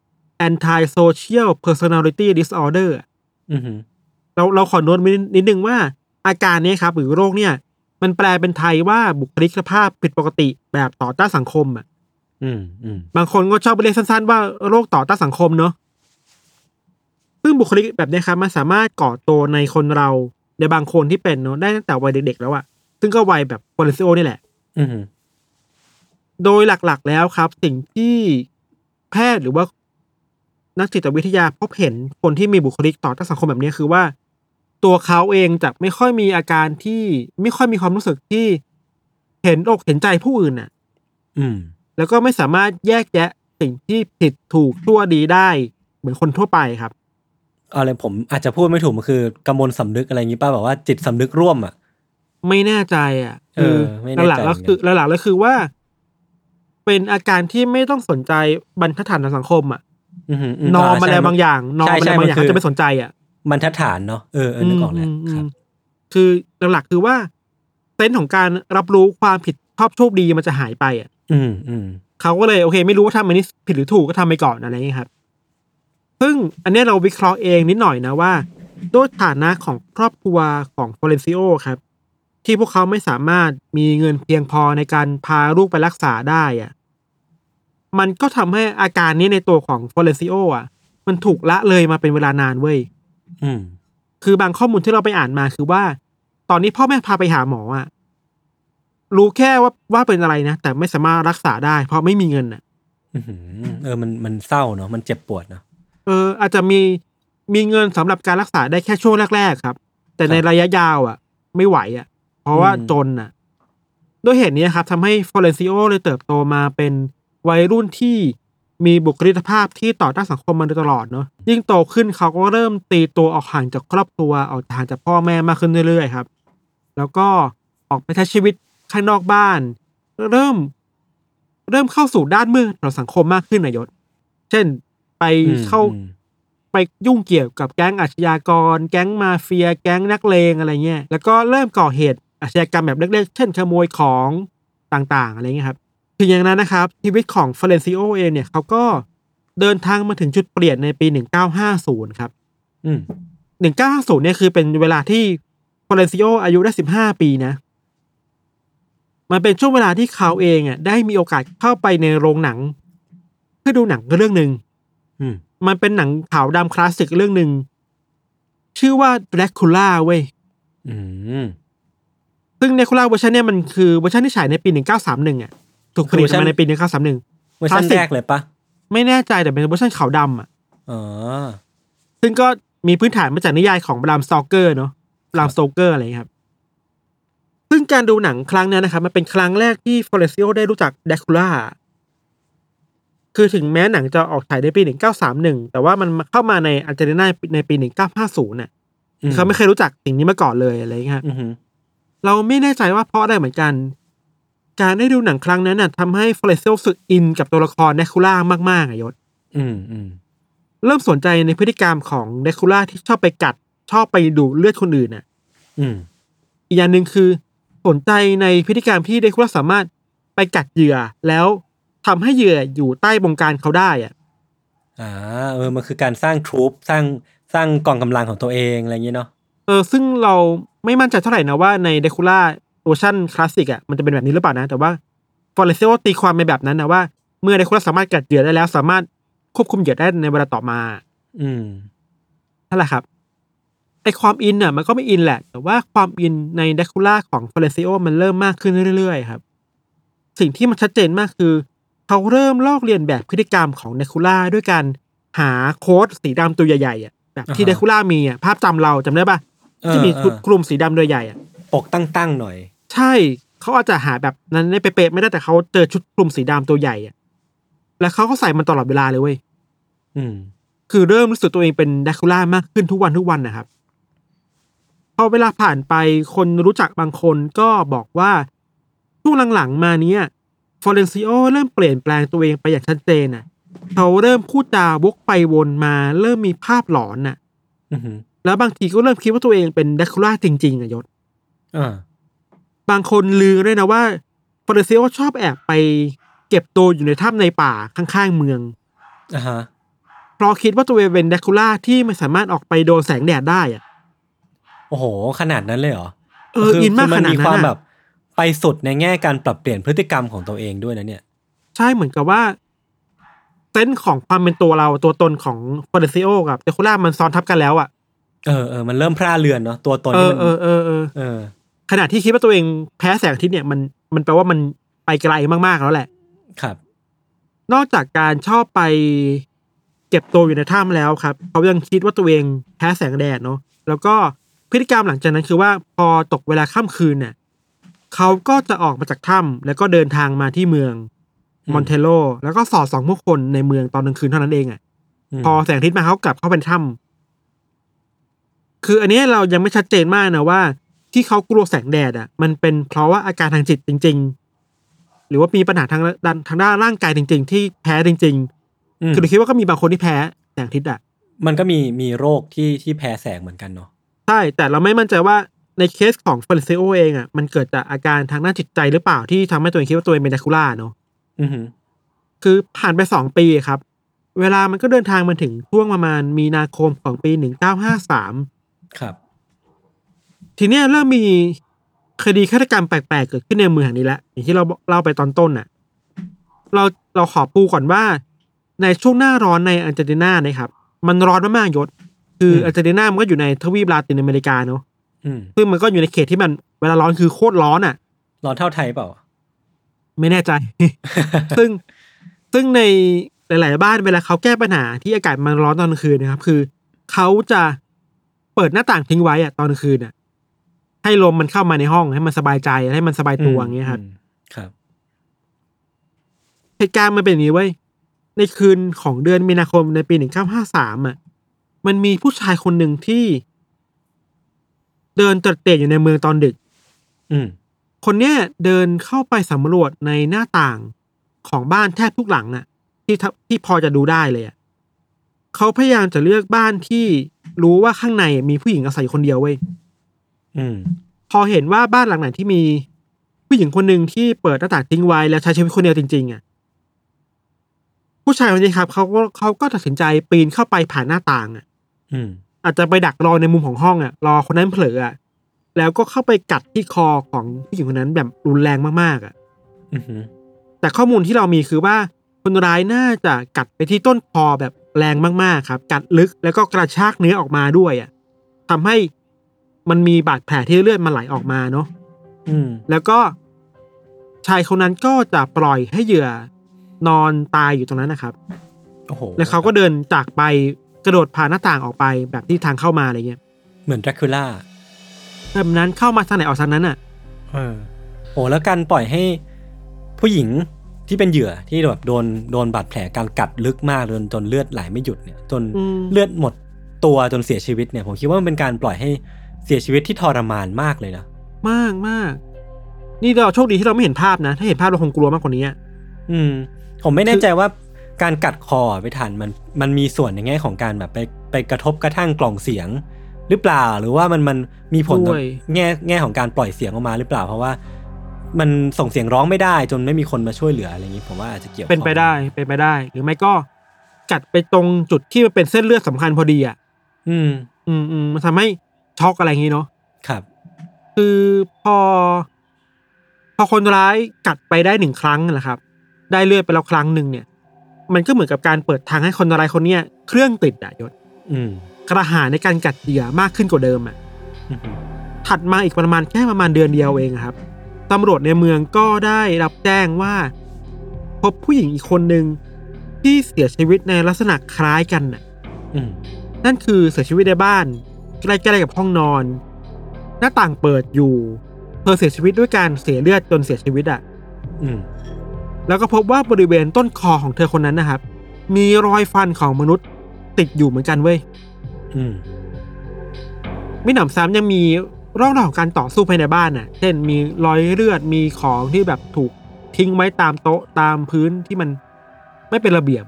anti-social personality disorder
อืม
เราเราขอโน้ตนิดนึงว่าอาการนี้ครับหรือโรคเนี่ยมันแปลเป็นไทยว่าบุคลิกภาพผิดปกติแบบต่อต้านสังคมอ่ะ
อืมอืม
บางคนก็ชอบไปเรียกสั้นๆว่าโรคต่อต้านสังคมเนาะซึ่งบุคลิกแบบนี้ครับมันสามารถก่อตัวในคนเราในบางคนที่เป็นเนาะได้ตั้งแต่วัยเด็กๆแล้วอะซึ่งก็วัยแบบฟอเรนซิโอนี่แหละ
อืม
โดยหลักๆแล้วครับสิ่งที่แพทย์หรือว่านักจิตวิทยาพบเห็นคนที่มีบุคลิกต่อต้านสังคมแบบนี้คือว่าตัวเขาเองจะไม่ค่อยมีอาการที่ไม่ค่อยมีความรู้สึกที่เห็นอกเห็นใจผู้อื่นน่ะ
อืม
แล้วก็ไม่สามารถแยกแยะสิ่งที่ผิดถูกชั่วดีได้เหมือนคนทั่วไปครับ
อะไรผมอาจจะพูดไม่ถูกมันคือกำมลสำนึกอะไรอย่างงี้ป่ะแบบว่าจิตสำนึกร่วมอ่ะ
ไม่แน่ใจอ่ะ
เออไม่แน่ใจ
หลักๆแล้วคือหลักๆแล้วคือว่าเป็นอาการที่ไม่ต้องสนใจบรรทัดฐานทางสังคมอ่ะนอมอะไรบางอย่างนอมอะไรบางอย่างเขาจะไม่สนใจอ่ะ
บรรทัดฐานเนาะเออเออนึกออกแล้วครับ
คือหลักๆคือว่าเซนส์ของการรับรู้ความผิดชอบโชคดีมันจะหายไปอ่ะ
อืมอืม
เขาก็เลยโอเคไม่รู้ว่าทำอันนี้ผิดหรือถูกก็ทำไปก่อนอะไรอย่างนี้ครับซึ่งอันนี้เราวิเคราะห์เองนิดหน่อยนะว่าด้วยฐานะของครอบครัวของฟอเรนซิโอครับที่พวกเขาไม่สามารถมีเงินเพียงพอในการพาลูกไปรักษาได้อ่ะมันก็ทำให้อาการนี้ในตัวของฟอเรนซิโออ่ะมันถูกละเลยมาเป็นเวลานานเว้ย
อืม
คือบางข้อมูลที่เราไปอ่านมาคือว่าตอนนี้พ่อแม่พาไปหาหมออ่ะรู้แค่ว่าว่าเป็นอะไรนะแต่ไม่สามารถรักษาได้เพราะไม่มีเงินอ่ะ
เออมันมันเศร้าเนาะมันเจ็บปวดเนาะ
เอออาจจะมีมีเงินสำหรับการรักษาได้แค่ช่วงแรกๆครับแต่ในระยะยาวอ่ะไม่ไหวอ่ะเพราะว่าจนอ่ะด้วยเหตุนี้ครับทำให้ฟอเรนซิโอเลยเติบโตมาเป็นวัยรุ่นที่มีบุคลิกภาพที่ต่อต้านสังคมมาโดยตลอดเนาะยิ่งโตขึ้นเขาก็เริ่มตีตัวออกห่างจากครอบครัวออกห่างจากพ่อแม่มากขึ้นเรื่อยๆครับแล้วก็ออกไปใช้ชีวิตข้างนอกบ้านเริ่มเริ่มเข้าสู่ด้านมืดของสังคมมากขึ้นนายศเช่นไปเข้าไปยุ่งเกี่ยวกับแก๊งอาชญากรแก๊งมาเฟียแก๊งนักเลงอะไรเงี้ยแล้วก็เริ่มก่อเหตุอาชญากรรมแบบเล็กๆเช่นขโมยของต่างๆอะไรเงี้ยครับถึงอย่างนั้นนะครับชีวิตของฟอเรนซิโอเองเนี่ยเขาก็เดินทางมาถึงจุดเปลี่ยนในปีหนึ่งเก้าห้าศูนย์ครับ
อืม
หนึ่งเก้าห้าศูนย์เนี่ยคือเป็นเวลาที่ฟอเรนซิโออายุได้สิบห้าปีนะมันเป็นช่วงเวลาที่เขาเองอ่ะได้มีโอกาสเข้าไปในโรงหนังเพื่อดูหนังเรื่องนึงมันเป็นหนังขาวดำคลาสสิกเรื่องนึงชื่อว่า Dracula เว้ยซึ่ง Dracula เวอร์ชันเนี่ยมันคือเวอร์ชันที่ฉายในปีหนึ่งเก้าสามหนึ่งอ่ะถูกผลิตมาในปีหนึ่งเก้าสามหนึ่ง
เวอร์ชันแรกเลยปะ
ไม่แน่ใจแต่เป็นเวอร์ชันขาวดำอ่ะ
อ๋อ
ซึ่งก็มีพื้นฐานมาจากนิยายของบรามสโตเกอร์เนาะบรามสโตเกอร์อะไรครับซึ่งการดูหนังครั้งนั้นนะครับมันเป็นครั้งแรกที่ฟอเรนซิโอได้รู้จักแดคูล่าคือถึงแม้หนังจะออกฉายในปีหนึ่งเก้าสามหนึ่งแต่ว่ามันเข้ามาในอาร์เจนตินาในปีหนึ่งเก้าห้าศูนย์น่ะเขาไม่เคยรู้จักสิ่งนี้มาก่อนเลยอะไรเงี้ยเราไม่แน่ใจว่าเพราะอะไรเหมือนกันการได้ดูหนังครั้งนั้นน่ะทำให้ฟอเรนซิโอรู้สึกอินกับตัวละครแดคูล่ามากๆอ่ะยศเริ่มสนใจในพฤติกรรมของแดคูล่าที่ชอบไปกัดชอบไปดูดเลือดคนอื่นน่ะอีกอย่างนึงคือสนใจในพฤติกรรมที่แดคูล่าสามารถไปกัดเหยื่อแล้วทำให้เหยื่ออยู่ใต้บงการเขาได้อ่ะ
อ่าเออมันคือการสร้างทรูปสร้างสร้างกองกำลังของตัวเองอะไรอย่างเงี้ยเนาะ
เออซึ่งเราไม่มั่นใจเท่าไหร่นะว่าในเดคูล่าเวอร์ชันคลาสสิกอ่ะมันจะเป็นแบบนี้หรือเปล่านะแต่ว่าฟอเรซิโอตีความไปแบบนั้นนะว่าเมื่อเดคูล่าสามารถกัดเหยื่อได้แล้วสามารถควบคุมเหยื่อได้ในเวลาต่อมา
อืม
นั่นแหละครับไอความอินอ่ะมันก็ไม่อินแหละแต่ว่าความอินในเดคูล่าของฟอเรซิโอมันเริ่มมากขึ้นเรื่อยๆครับสิ่งที่มันชัดเจนมากคือเขาเริ่มลอกเลียนแบบพฤติกรรมของเดคูล่าด้วยการหาโค้ดสีดำตัวใหญ่ๆอ่ะแบบที่เดคูล่ามีอ่ะภาพจำเราจำได้ป่ะที่มีกลุ่มสีดำตัวใหญ่อ่ะ
ปกตั้งๆหน่อย
ใช่เขาอาจจะหาแบบนั้นในเป๊ะๆไม่ได้แต่เขาเจอชุดกลุ่มสีดำตัวใหญ่อ่ะแล้วเขาก็ใส่มันตลอดเวลาเลยเว้ย
อืม
คือเริ่มรู้สึกตัวเองเป็นเดคูล่ามากขึ้นทุกวันทุกวันนะครับพอเวลาผ่านไปคนรู้จักบางคนก็บอกว่าช่วงหลังๆมาเนี้ยฟอเรนซิโอเริ่มเปลี่ยนแปลงตัวเองไปอย่างชัดเจนน่ะเขาเริ่มพูดจาวกไปวนมาเริ่มมีภาพหลอนน่ะแล้วบางทีก็เริ่มคิดว่าตัวเองเป็นเดคูล่าจริงๆอ่ะยศ
อ่า
บางคนลือด้วยนะว่าฟอเรนซิโอชอบแอบไปเก็บตัวอยู่ในถ้ำในป่าข้างๆเมือง
อ่าฮะ
เพราะคิดว่าตัวเองเป็นเดคูล่าที่ไม่สามารถออกไปโดนแสงแดดได้อ่ะ
โอ้โหขนาดนั้นเลยเหรอ
เอออินมากขนาดนั้น
มีความแบบไปสุดในแง่การปรับเปลี่ยนพฤติกรรมของตัวเองด้วยนะเนี่ย
ใช่เหมือนกับว่าเซนส์ของความเป็นตัวเราตัวตนของฟอเรนซิโอกับเดคูล่ามันซ้อนทับกันแล้วอ่ะ
เออเออมันเริ่มพร่าเรือนเนาะตัวตนที่มัน
เออเออเออ
เออ
ขณะที่คิดว่าตัวเองแพ้แสงอาทิตย์เนี่ยมันมันแปลว่ามันไปไกลมากๆแล้วแหละ
ครับ
นอกจากการชอบไปเก็บตัวอยู่ในถ้ำแล้วครับเขายังคิดว่าตัวเองแพ้แสงแดดเนาะแล้วก็พฤติกรรมหลังจากนั้นคือว่าพอตกเวลาค่ำคืนเนี่ยเขาก็จะออกมาจากถ้ำแล้วก็เดินทางมาที่เมืองมอนเทโลแล้วก็สอดส่องผู้คนในเมืองตอนกลางคืนเท่านั้นเองอ่ะพอแสงอาทิตย์มาเขากลับเข้าไปในถ้ำคืออันนี้เรายังไม่ชัดเจนมากนะว่าที่เขากลัวแสงแดดอ่ะมันเป็นเพราะว่าอาการทางจิตจริงๆหรือว่ามีปัญหาทางด้านทางด้านร่างกายจริงๆที่แพ้จริงๆคือเราคิดว่าก็มีบางคนที่แพ้แสงอาทิตย์อ่ะ
มันก็มีมีโรคที่ที่แพ้แสงเหมือนกันเนาะ
ใช่แต่เราไม่มั่นใจว่าในเคสของฟอเรนซิโอเองอ่ะมันเกิดจากอาการทางด้านจิตใจหรือเปล่าที่ทำให้ตัวเองคิดว่าตัวเองเป็นเดคูล่าเนาะ
อือฮึ
คือผ่านไปสองปีครับเวลามันก็เดินทางมาถึงช่วงประมาณมีนาคมของปีหนึ่งเก้าห้าสาม
ครับ
ทีเนี้ยเริ่มมีคดีฆาตกรรมแปลกๆเกิดขึ้นในเมืองนี้แล้วอย่างที่เราเล่าไปตอนต้นน่ะเราเราขอปูก่อนว่าในช่วงหน้าร้อนในอาร์เจนตินานะครับมันร้อนมากๆยศคืออาร์เจนตินามันก็อยู่ในทวีปลาตินอเมริกาเนาะซึ่งมันก็อยู่ในเขตที่มันเวลาร้อนคือโคตรร้อนอ่ะ
ร้อนเท่าไทยเปล่า
ไม่แน่ใจ ซึ่งซึ่งในหลายๆบ้านเวลาเขาแก้ปัญหาที่อากาศมันร้อนตอนกลางคืนนะครับคือเขาจะเปิดหน้าต่างทิ้งไว้อ่ะตอนกลางคืนอ่ะให้ลมมันเข้ามาในห้องให้มันสบายใจให้มันสบายตัวอย่างเงี้ยครับ
ครับ
เหตุการณ์มันเป็นอย่างนี้เว้ยในคืนของเดือนมีนาคมในปีหนึ่งเก้าห้าสามอ่ะมันมีผู้ชายคนหนึ่งที่เดินตระเตะอยู่ในเมืองตอนดึก
อืม
คนเนี้ยเดินเข้าไปสำรวจในหน้าต่างของบ้านแทบทุกหลังอ่ะที่ที่พอจะดูได้เลยอ่ะเขาพยายามจะเลือกบ้านที่รู้ว่าข้างในมีผู้หญิงอาศัยคนเดียวเว้ย
อืม
พอเห็นว่าบ้านหลังไหนที่มีผู้หญิงคนหนึ่งที่เปิดหน้าต่างทิ้งไว้แล้วใช้ชีวิตคนเดียวจริงๆอ่ะผู้ชายคนนี้ครับเขาก็เขาก็ตัดสินใจปีนเข้าไปผ่านหน้าต่างอ่ะ
อืม
อาจจะไปดักรอในมุมของห้องอ่ะรอคนนั้นเผลออ่ะแล้วก็เข้าไปกัดที่คอของผู้หญิงคนนั้นแบบรุนแรงมากๆอ่ะแต่ข้อมูลที่เรามีคือว่าคนร้ายน่าจะกัดไปที่ต้นคอแบบแรงมากๆครับกัดลึกแล้วก็กระชากเนื้อออกมาด้วยอ่ะทำให้มันมีบาดแผลที่เลือดมันไหลออกมาเนาะแล้วก็ชายคนนั้นก็จะปล่อยให้เหยื่อนอนตายอยู่ตรงนั้นนะครับ
โอ้โห
แล้วเขาก็เดินจากไปกระโดดผ่านหน้าต่างออกไปแบบที่ทางเข้ามาอะไรเงี้ย
เหมือนดราคูล่า
แบบนั้นเข้ามาทางไหนออกทางนั้นอ่ะ
เออโอ้แล้วการปล่อยให้ผู้หญิงที่เป็นเหยื่อที่แบบโดนโดนบาดแผลการกัดลึกมากจนจนเลือดไหลไม่หยุดเนี่ยจนเลือดหมดตัวจนเสียชีวิตเนี่ยผมคิดว่ามันเป็นการปล่อยให้เสียชีวิตที่ทรมานมากเลยนะ
มากมากนี่เราโชคดีที่เราไม่เห็นภาพนะถ้าเห็นภาพเราคงกลัวมากกว่านี้
อืมผมไม่แน่ใจว่าการกัดคอไปทันมันมันมีส่วนในแง่ของการแบบไปไปกระทบกระทั่งกล่องเสียงหรือเปล่าหรือว่ามันมันมีผลต่อแง่แง่ของการปล่อยเสียงออกมาหรือเปล่าเพราะว่ามันส่งเสียงร้องไม่ได้จนไม่มีคนมาช่วยเหลืออะไรอย่างนี้ผมว่าอาจจะเกี่ยว
เป็นไปได้เป็นไปได้หรือไม่ก็กัดไปตรงจุดที่มันเป็นเส้นเลือดสำคัญพอดีอ่ะ
อืม
อืมอืมมันทำให้ช็อกอะไรอย่างงี้เนาะ
ครับ
คือพอพอคนร้ายกัดไปได้หนึ่งครั้งนะครับ ได้เลือดไปแล้วครั้งหนึ่งเนี่ย มันก็เหมือนกับการเปิดทางให้คนร้ายคนเนี้ยเครื่องติดอะยศ
อืม
กระหายในการกัดเหยื่อมากขึ้นกว่าเดิมอะถัดมาอีกประมาณแค่ประมาณเดือนเดียวเองครับตำรวจในเมืองก็ได้รับแจ้งว่าพบผู้หญิงอีกคนหนึ่งที่เสียชีวิตในลักษณะคล้ายกันน่ะนั่นคือเสียชีวิตในบ้านใกล้ๆกับห้องนอนหน้าต่างเปิดอยู่เธอเสียชีวิตด้วยการเสียเลือดจนเสียชีวิตอ่ะแล้วก็พบว่าบริเวณต้นคอของเธอคนนั้นนะครับมีรอยฟันของมนุษย์ติดอยู่เหมือนกันเว้ยไม่หนำซ้ำยังมีร่องรอยของการต่อสู้ภายในบ้านน่ะเช่นมีรอยเลือดมีของที่แบบถูกทิ้งไว้ตามโต๊ะตามพื้นที่มันไม่เป็นระเบียบ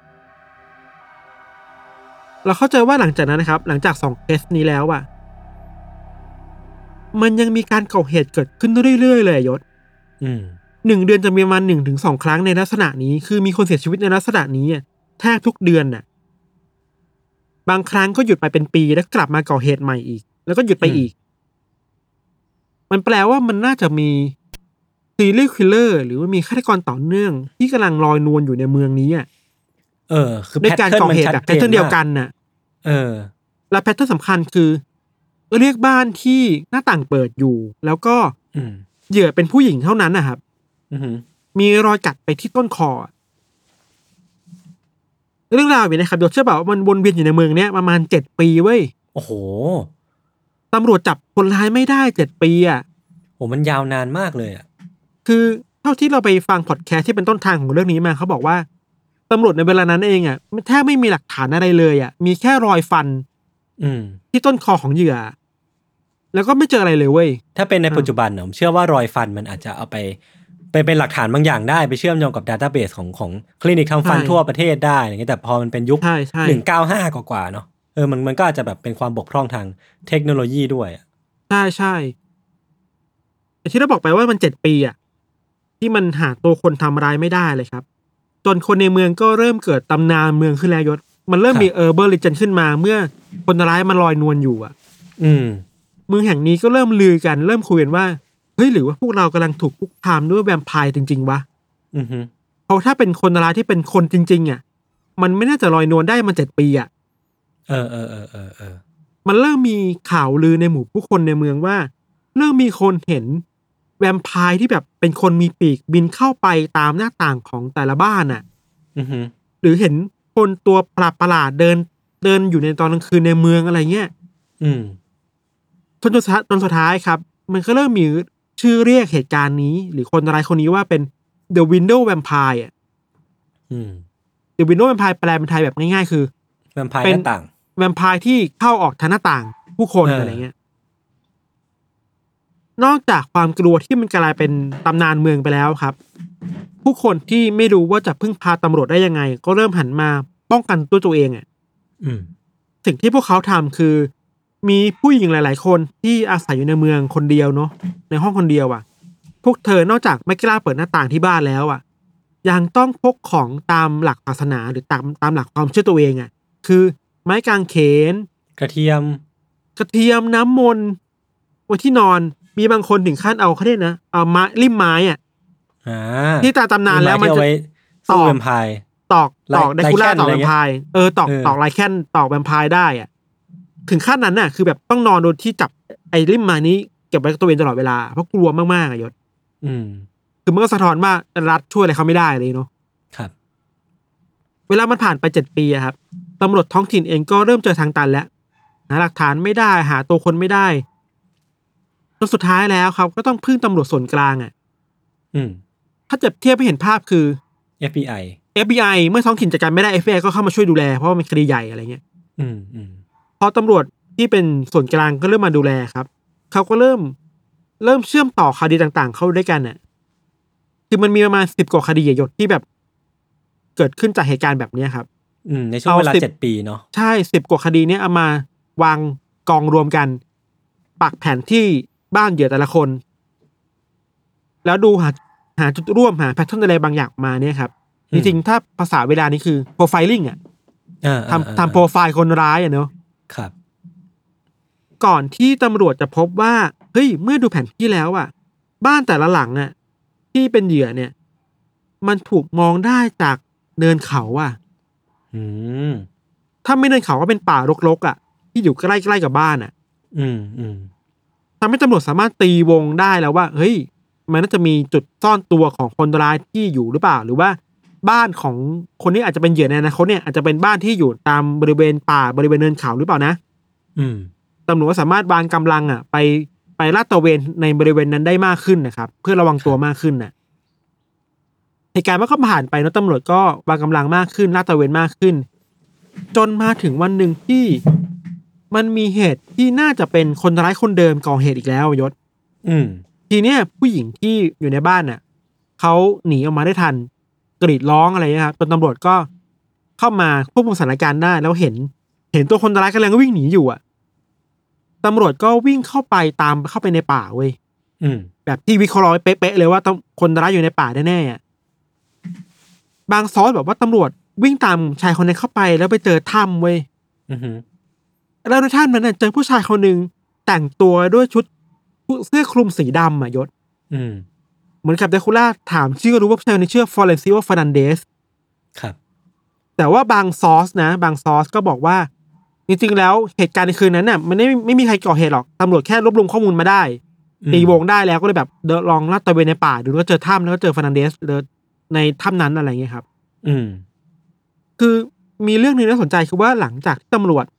เราเข้าใจว่าหลังจากนั้นนะครับหลังจากสองเคสนี้แล้วอ่ะมันยังมีการก่อเหตุเกิดขึ้นเรื่อยๆเลยยศหนึ่งเดือนจะมีประมาณหนึ่งถึงสองครั้งในลักษณะนี้คือมีคนเสียชีวิตในลักษณะนี้แทบทุกเดือนน่ะบางครั้งก็หยุดไปเป็นปีแล้วกลับมาก่อเหตุใหม่อีกแล้วก็หยุดไปอีกมันแปลว่ามันน่าจะมีซีรีส์คิลเลอร์หรือว่ามีฆาตกรต่อเนื่องที่กำลังลอยนวลอยู่ในเมืองนี้อ่ะ
เออคือ
ในการก่อเหตุแบบแพทเทิร์นเดียวกันน่ะ
เออ
และแพทเทิร์นสำคัญคือเรียกบ้านที่หน้าต่างเปิดอยู่แล้วก็เหยื่อเป็นผู้หญิงเท่านั้นนะครับมีรอยกัดไปที่ต้นคอเรื่องราวอย่างนี้ครับยศเชื่อเปล่าว่ามันวนเวียนอยู่ในเมืองเนี้ยประมาณเจ็ดปีเว้ย
โอ้โห
ตำรวจจับคนร้ายไม่ได้เจ็ดปีอ่ะ
โหมันยาวนานมากเลยอ่ะ
คือเท่าที่เราไปฟังพอดแคสต์ที่เป็นต้นทางของเรื่องนี้มาเขาบอกว่าตำรวจในเวลานั้นเองอ่ะแทบไม่มีหลักฐานอะไรเลยอ่ะมีแค่รอยฟันที่ต้นคอของเหยื่อแล้วก็ไม่เจออะไรเลยเว้ย
ถ้าเป็นในปัจจุบันเนี่ยผมเชื่อว่ารอยฟันมันอาจจะเอาไปไปเป็นหลักฐานบางอย่างได้ไปเชื่อมโยงกับ database ของของคลินิกทำฟันทั่วประเทศได้อย่างเงี้ยแต่พอมันเป็นยุคหนึ่งเก้าห้ากว่าๆเนาะเออมันมันก็อาจจะแบบเป็นความบกพร่องทางเทคโนโลยีด้วยอ่ะ
ใช่ใช่แต่ที่เราบอกไปว่ามันเจ็ดปีอ่ะที่มันหาตัวคนทำร้ายไม่ได้เลยครับจนคนในเมืองก็เริ่มเกิดตำนานเมืองขึ้นแล้วยศมันเริ่มมีเออร์เบอร์ลิเจนขึ้นมาเมื่อคนร้ายมันลอยนวลอยู่อ่ะ
อืม
เมืองแห่งนี้ก็เริ่มลือกันเริ่มคุยกันว่าเฮ้ยหรือว่าพวกเรากำลังถูกคุกคามด้วยแวมไพร์จริงๆวะ
อือฮึ
เพราะถ้าเป็นคนร้ายที่เป็นคนจริงๆอ่ะมันไม่น่าจะลอยนวลได้มาเจ็ดปีอ่ะ
เออเออเออเออเออ
มันเริ่มมีข่าวลือในหมู่ผู้คนในเมืองว่าเริ่มมีคนเห็นแวมไพร์ที่แบบเป็นคนมีปีกบินเข้าไปตามหน้าต่างของแต่ละบ้านอ่ะ
อือฮึ
หรือเห็นคนตัวประหลาดเดินเดินอยู่ในตอนกลางคืนในเมืองอะไรเงี้ย
อืม
จนจนสุดท้ายครับมันก็เริ่มมีชื่อเรียกเหตุการณ์นี้หรือคนร้ายคนนี้ว่าเป็น The Window Vampire อ่ะ
อืม
The Window Vampire แปลเป็นไทยแบบง่ายๆคือ
แวมไพร์หน้าต่าง
แวมไพร์ที่เข้าออกทางหน้าต่างผู้คนอะไรเงี้ยนอกจากความกลัวที่มันกลายเป็นตำนานเมืองไปแล้วครับผู้คนที่ไม่รู้ว่าจะพึ่งพาตำรวจได้ยังไงก็เริ่มหันมาป้องกันตัวตัวเองอ่ะสิ่งที่พวกเขาทำคือมีผู้หญิงหลายๆคนที่อาศัยอยู่ในเมืองคนเดียวเนาะในห้องคนเดียวอ่ะพวกเธอนอกจากไม่กล้าเปิดหน้าต่างที่บ้านแล้วอ่ะยังต้องพกของตามหลักศาสนาหรือตามตามหลักความเชื่อตัวเองอ่ะคือไม้กางเขน
กระเทียม
กระเทียมน้ำมนต์ไว้ที่นอนมีบางคนถึงขั้นเอาเขาเรียกนะเอาไม้ริ่มไม้อ่ะที่ตามตำนานแล้วมันจะ
ตอกแวมไพร์
ตอกตอกไดคูล่าตอกแวมไพร์เออตอกตอกไลแคนตอกแวมไพร์ได้อ่ะถึงขั้นนั้นน่ะคือแบบต้องนอนโดยที่จับไอ้ริ่มไม้นี้เก็บไว้กับตัวเองตลอดเวลาเพราะกลัวมากๆอ่ะยศ
อืม
คือมันก็สะท้อนว่ารัฐช่วยอะไรเขาไม่ได้เลยเนาะ
ครับ
เวลามันผ่านไปเจ็ดปีอะครับตำรวจท้องถิ่นเองก็เริ่มเจอทางตันแล้วหาหลักฐานไม่ได้หาตัวคนไม่ได้จนสุดท้ายแล้วครับก็ต้องพึ่งตำรวจส่วนกลางอ่ะ
อืม
ถ้าจะเทียบให้เห็นภาพคือ
เอฟ บี ไอ
เอฟ บี ไอ เมื่อท้องถิ่นจัดการไม่ได้ เอฟ บี ไอ ก็เข้ามาช่วยดูแลเพราะว่ามันคดีใหญ่อะไรเงี้ย
อืมอืม
พอตำรวจที่เป็นส่วนกลางก็เริ่มมาดูแลครับเขาก็เริ่มเริ่มเชื่อมต่อคดีต่างๆเข้าด้วยกันน่ะคือมันมีประมาณสิบกว่าคดีใหญ่ๆที่แบบเกิดขึ้นจากเหตุการณ์แบบนี้ครับ
อืมในช่วงเวลาเจ็ดปีเนาะ
ใช่สิบกว่าคดีเนี้ยเอามาวางกองรวมกันปักแผนที่บ้านเหยื่อแต่ละคนแล้วดูหาหาจุดร่วมหาแพทเทิร์นอะไรบางอย่างมาเนี่ยครับจริงๆถ้าภาษาเวลานี้คือโปรไฟลิ่งอ่ะทำทำโปรไฟล์คนร้ายอ่ะเนาะ
ครับ
ก่อนที่ตำรวจจะพบว่าเฮ้ยเมื่อดูแผนที่แล้วอ่ะบ้านแต่ละหลังอ่ะที่เป็นเหยื่อเนี่ยมันถูกมองได้จากเนินเขาอ่ะ
อืม
ถ้าไม่เนินเขาก็เป็นป่ารกๆอ่ะที่อยู่ใกล้ๆกับบ้านอ่ะ
อืมอืม
ทำให้ตำรวจสามารถตีวงได้แล้วว่าเฮ้ยมันน่าจะมีจุดซ่อนตัวของคนร้ายที่อยู่หรือเปล่าหรือว่าบ้านของคนที่อาจจะเป็นเหยื่อในอนาคตเนี่ยอาจจะเป็นบ้านที่อยู่ตามบริเวณป่าบริเวณเนินเขาหรือเปล่านะ
อืม
ตำรวจสามารถวางกำลังอ่ะไปไปลาดตระเวนในบริเวณนั้นได้มากขึ้นนะครับเพื่อระวังตัวมากขึ้นน่ะเหตุการณ์มันก็ผ่านไปแล้วตำรวจก็วางกำลังมากขึ้นลาดตระเวนมากขึ้นจนมาถึงวันหนึ่งที่มันมีเหตุที่น่าจะเป็นคนร้ายคนเดิมก่อเหตุอีกแล้วยศ
อืม
ทีเนี้ยผู้หญิงที่อยู่ในบ้านน่ะเขาหนีออกมาได้ทันกรีดร้องอะไรนะครับจนตำรวจก็เข้ามาควบคุมสถานการณ์ได้แล้วเห็นเห็นตัวคนร้ายกำลังวิ่งหนีอยู่อ่ะตำรวจก็วิ่งเข้าไปตามเข้าไปในป่าเว้ยแบบที่วิเคราะห์เป๊ะๆเลยว่าต้องคนร้ายอยู่ในป่าแน่ๆอ่ะบางซอสแบบว่าตำรวจวิ่งตามชายคนนั้นเข้าไปแล้วไปเจอถ้ำเว้ยแล้วในถ้ำนั้นเจอผู้ชายคนหนึ่งแต่งตัวด้วยชุดเสื้อคลุมสีดำอ่ะยศเหมือนกับเดคูล่าถามชื่อก็รู้ว่าผู้ชายคนนี้ชื่อฟลอเรนซิโอ เฟอร์นันเดส
ครับ
แต่ว่าบางซอสนะบางซอสก็บอกว่าจริงๆแล้วเหตุการณ์ในคืนนั้นน่ะมันไม่ไม่มีใครก่อเหตุหรอกตำรวจแค่รวบรวมข้อมูลมาได้ตีวงได้แล้วก็เลยแบบเดินลองลาดตระเวนในป่าดูแล้วก็เจอถ้ำแล้วก็เจอเฟอร์นันเดสในถ้ำนั้นอะไรอย่างเงี้ยครับ
อืม
คือมีเรื่องนึงน่าสนใจคือว่าหลังจากที่ตำรวจ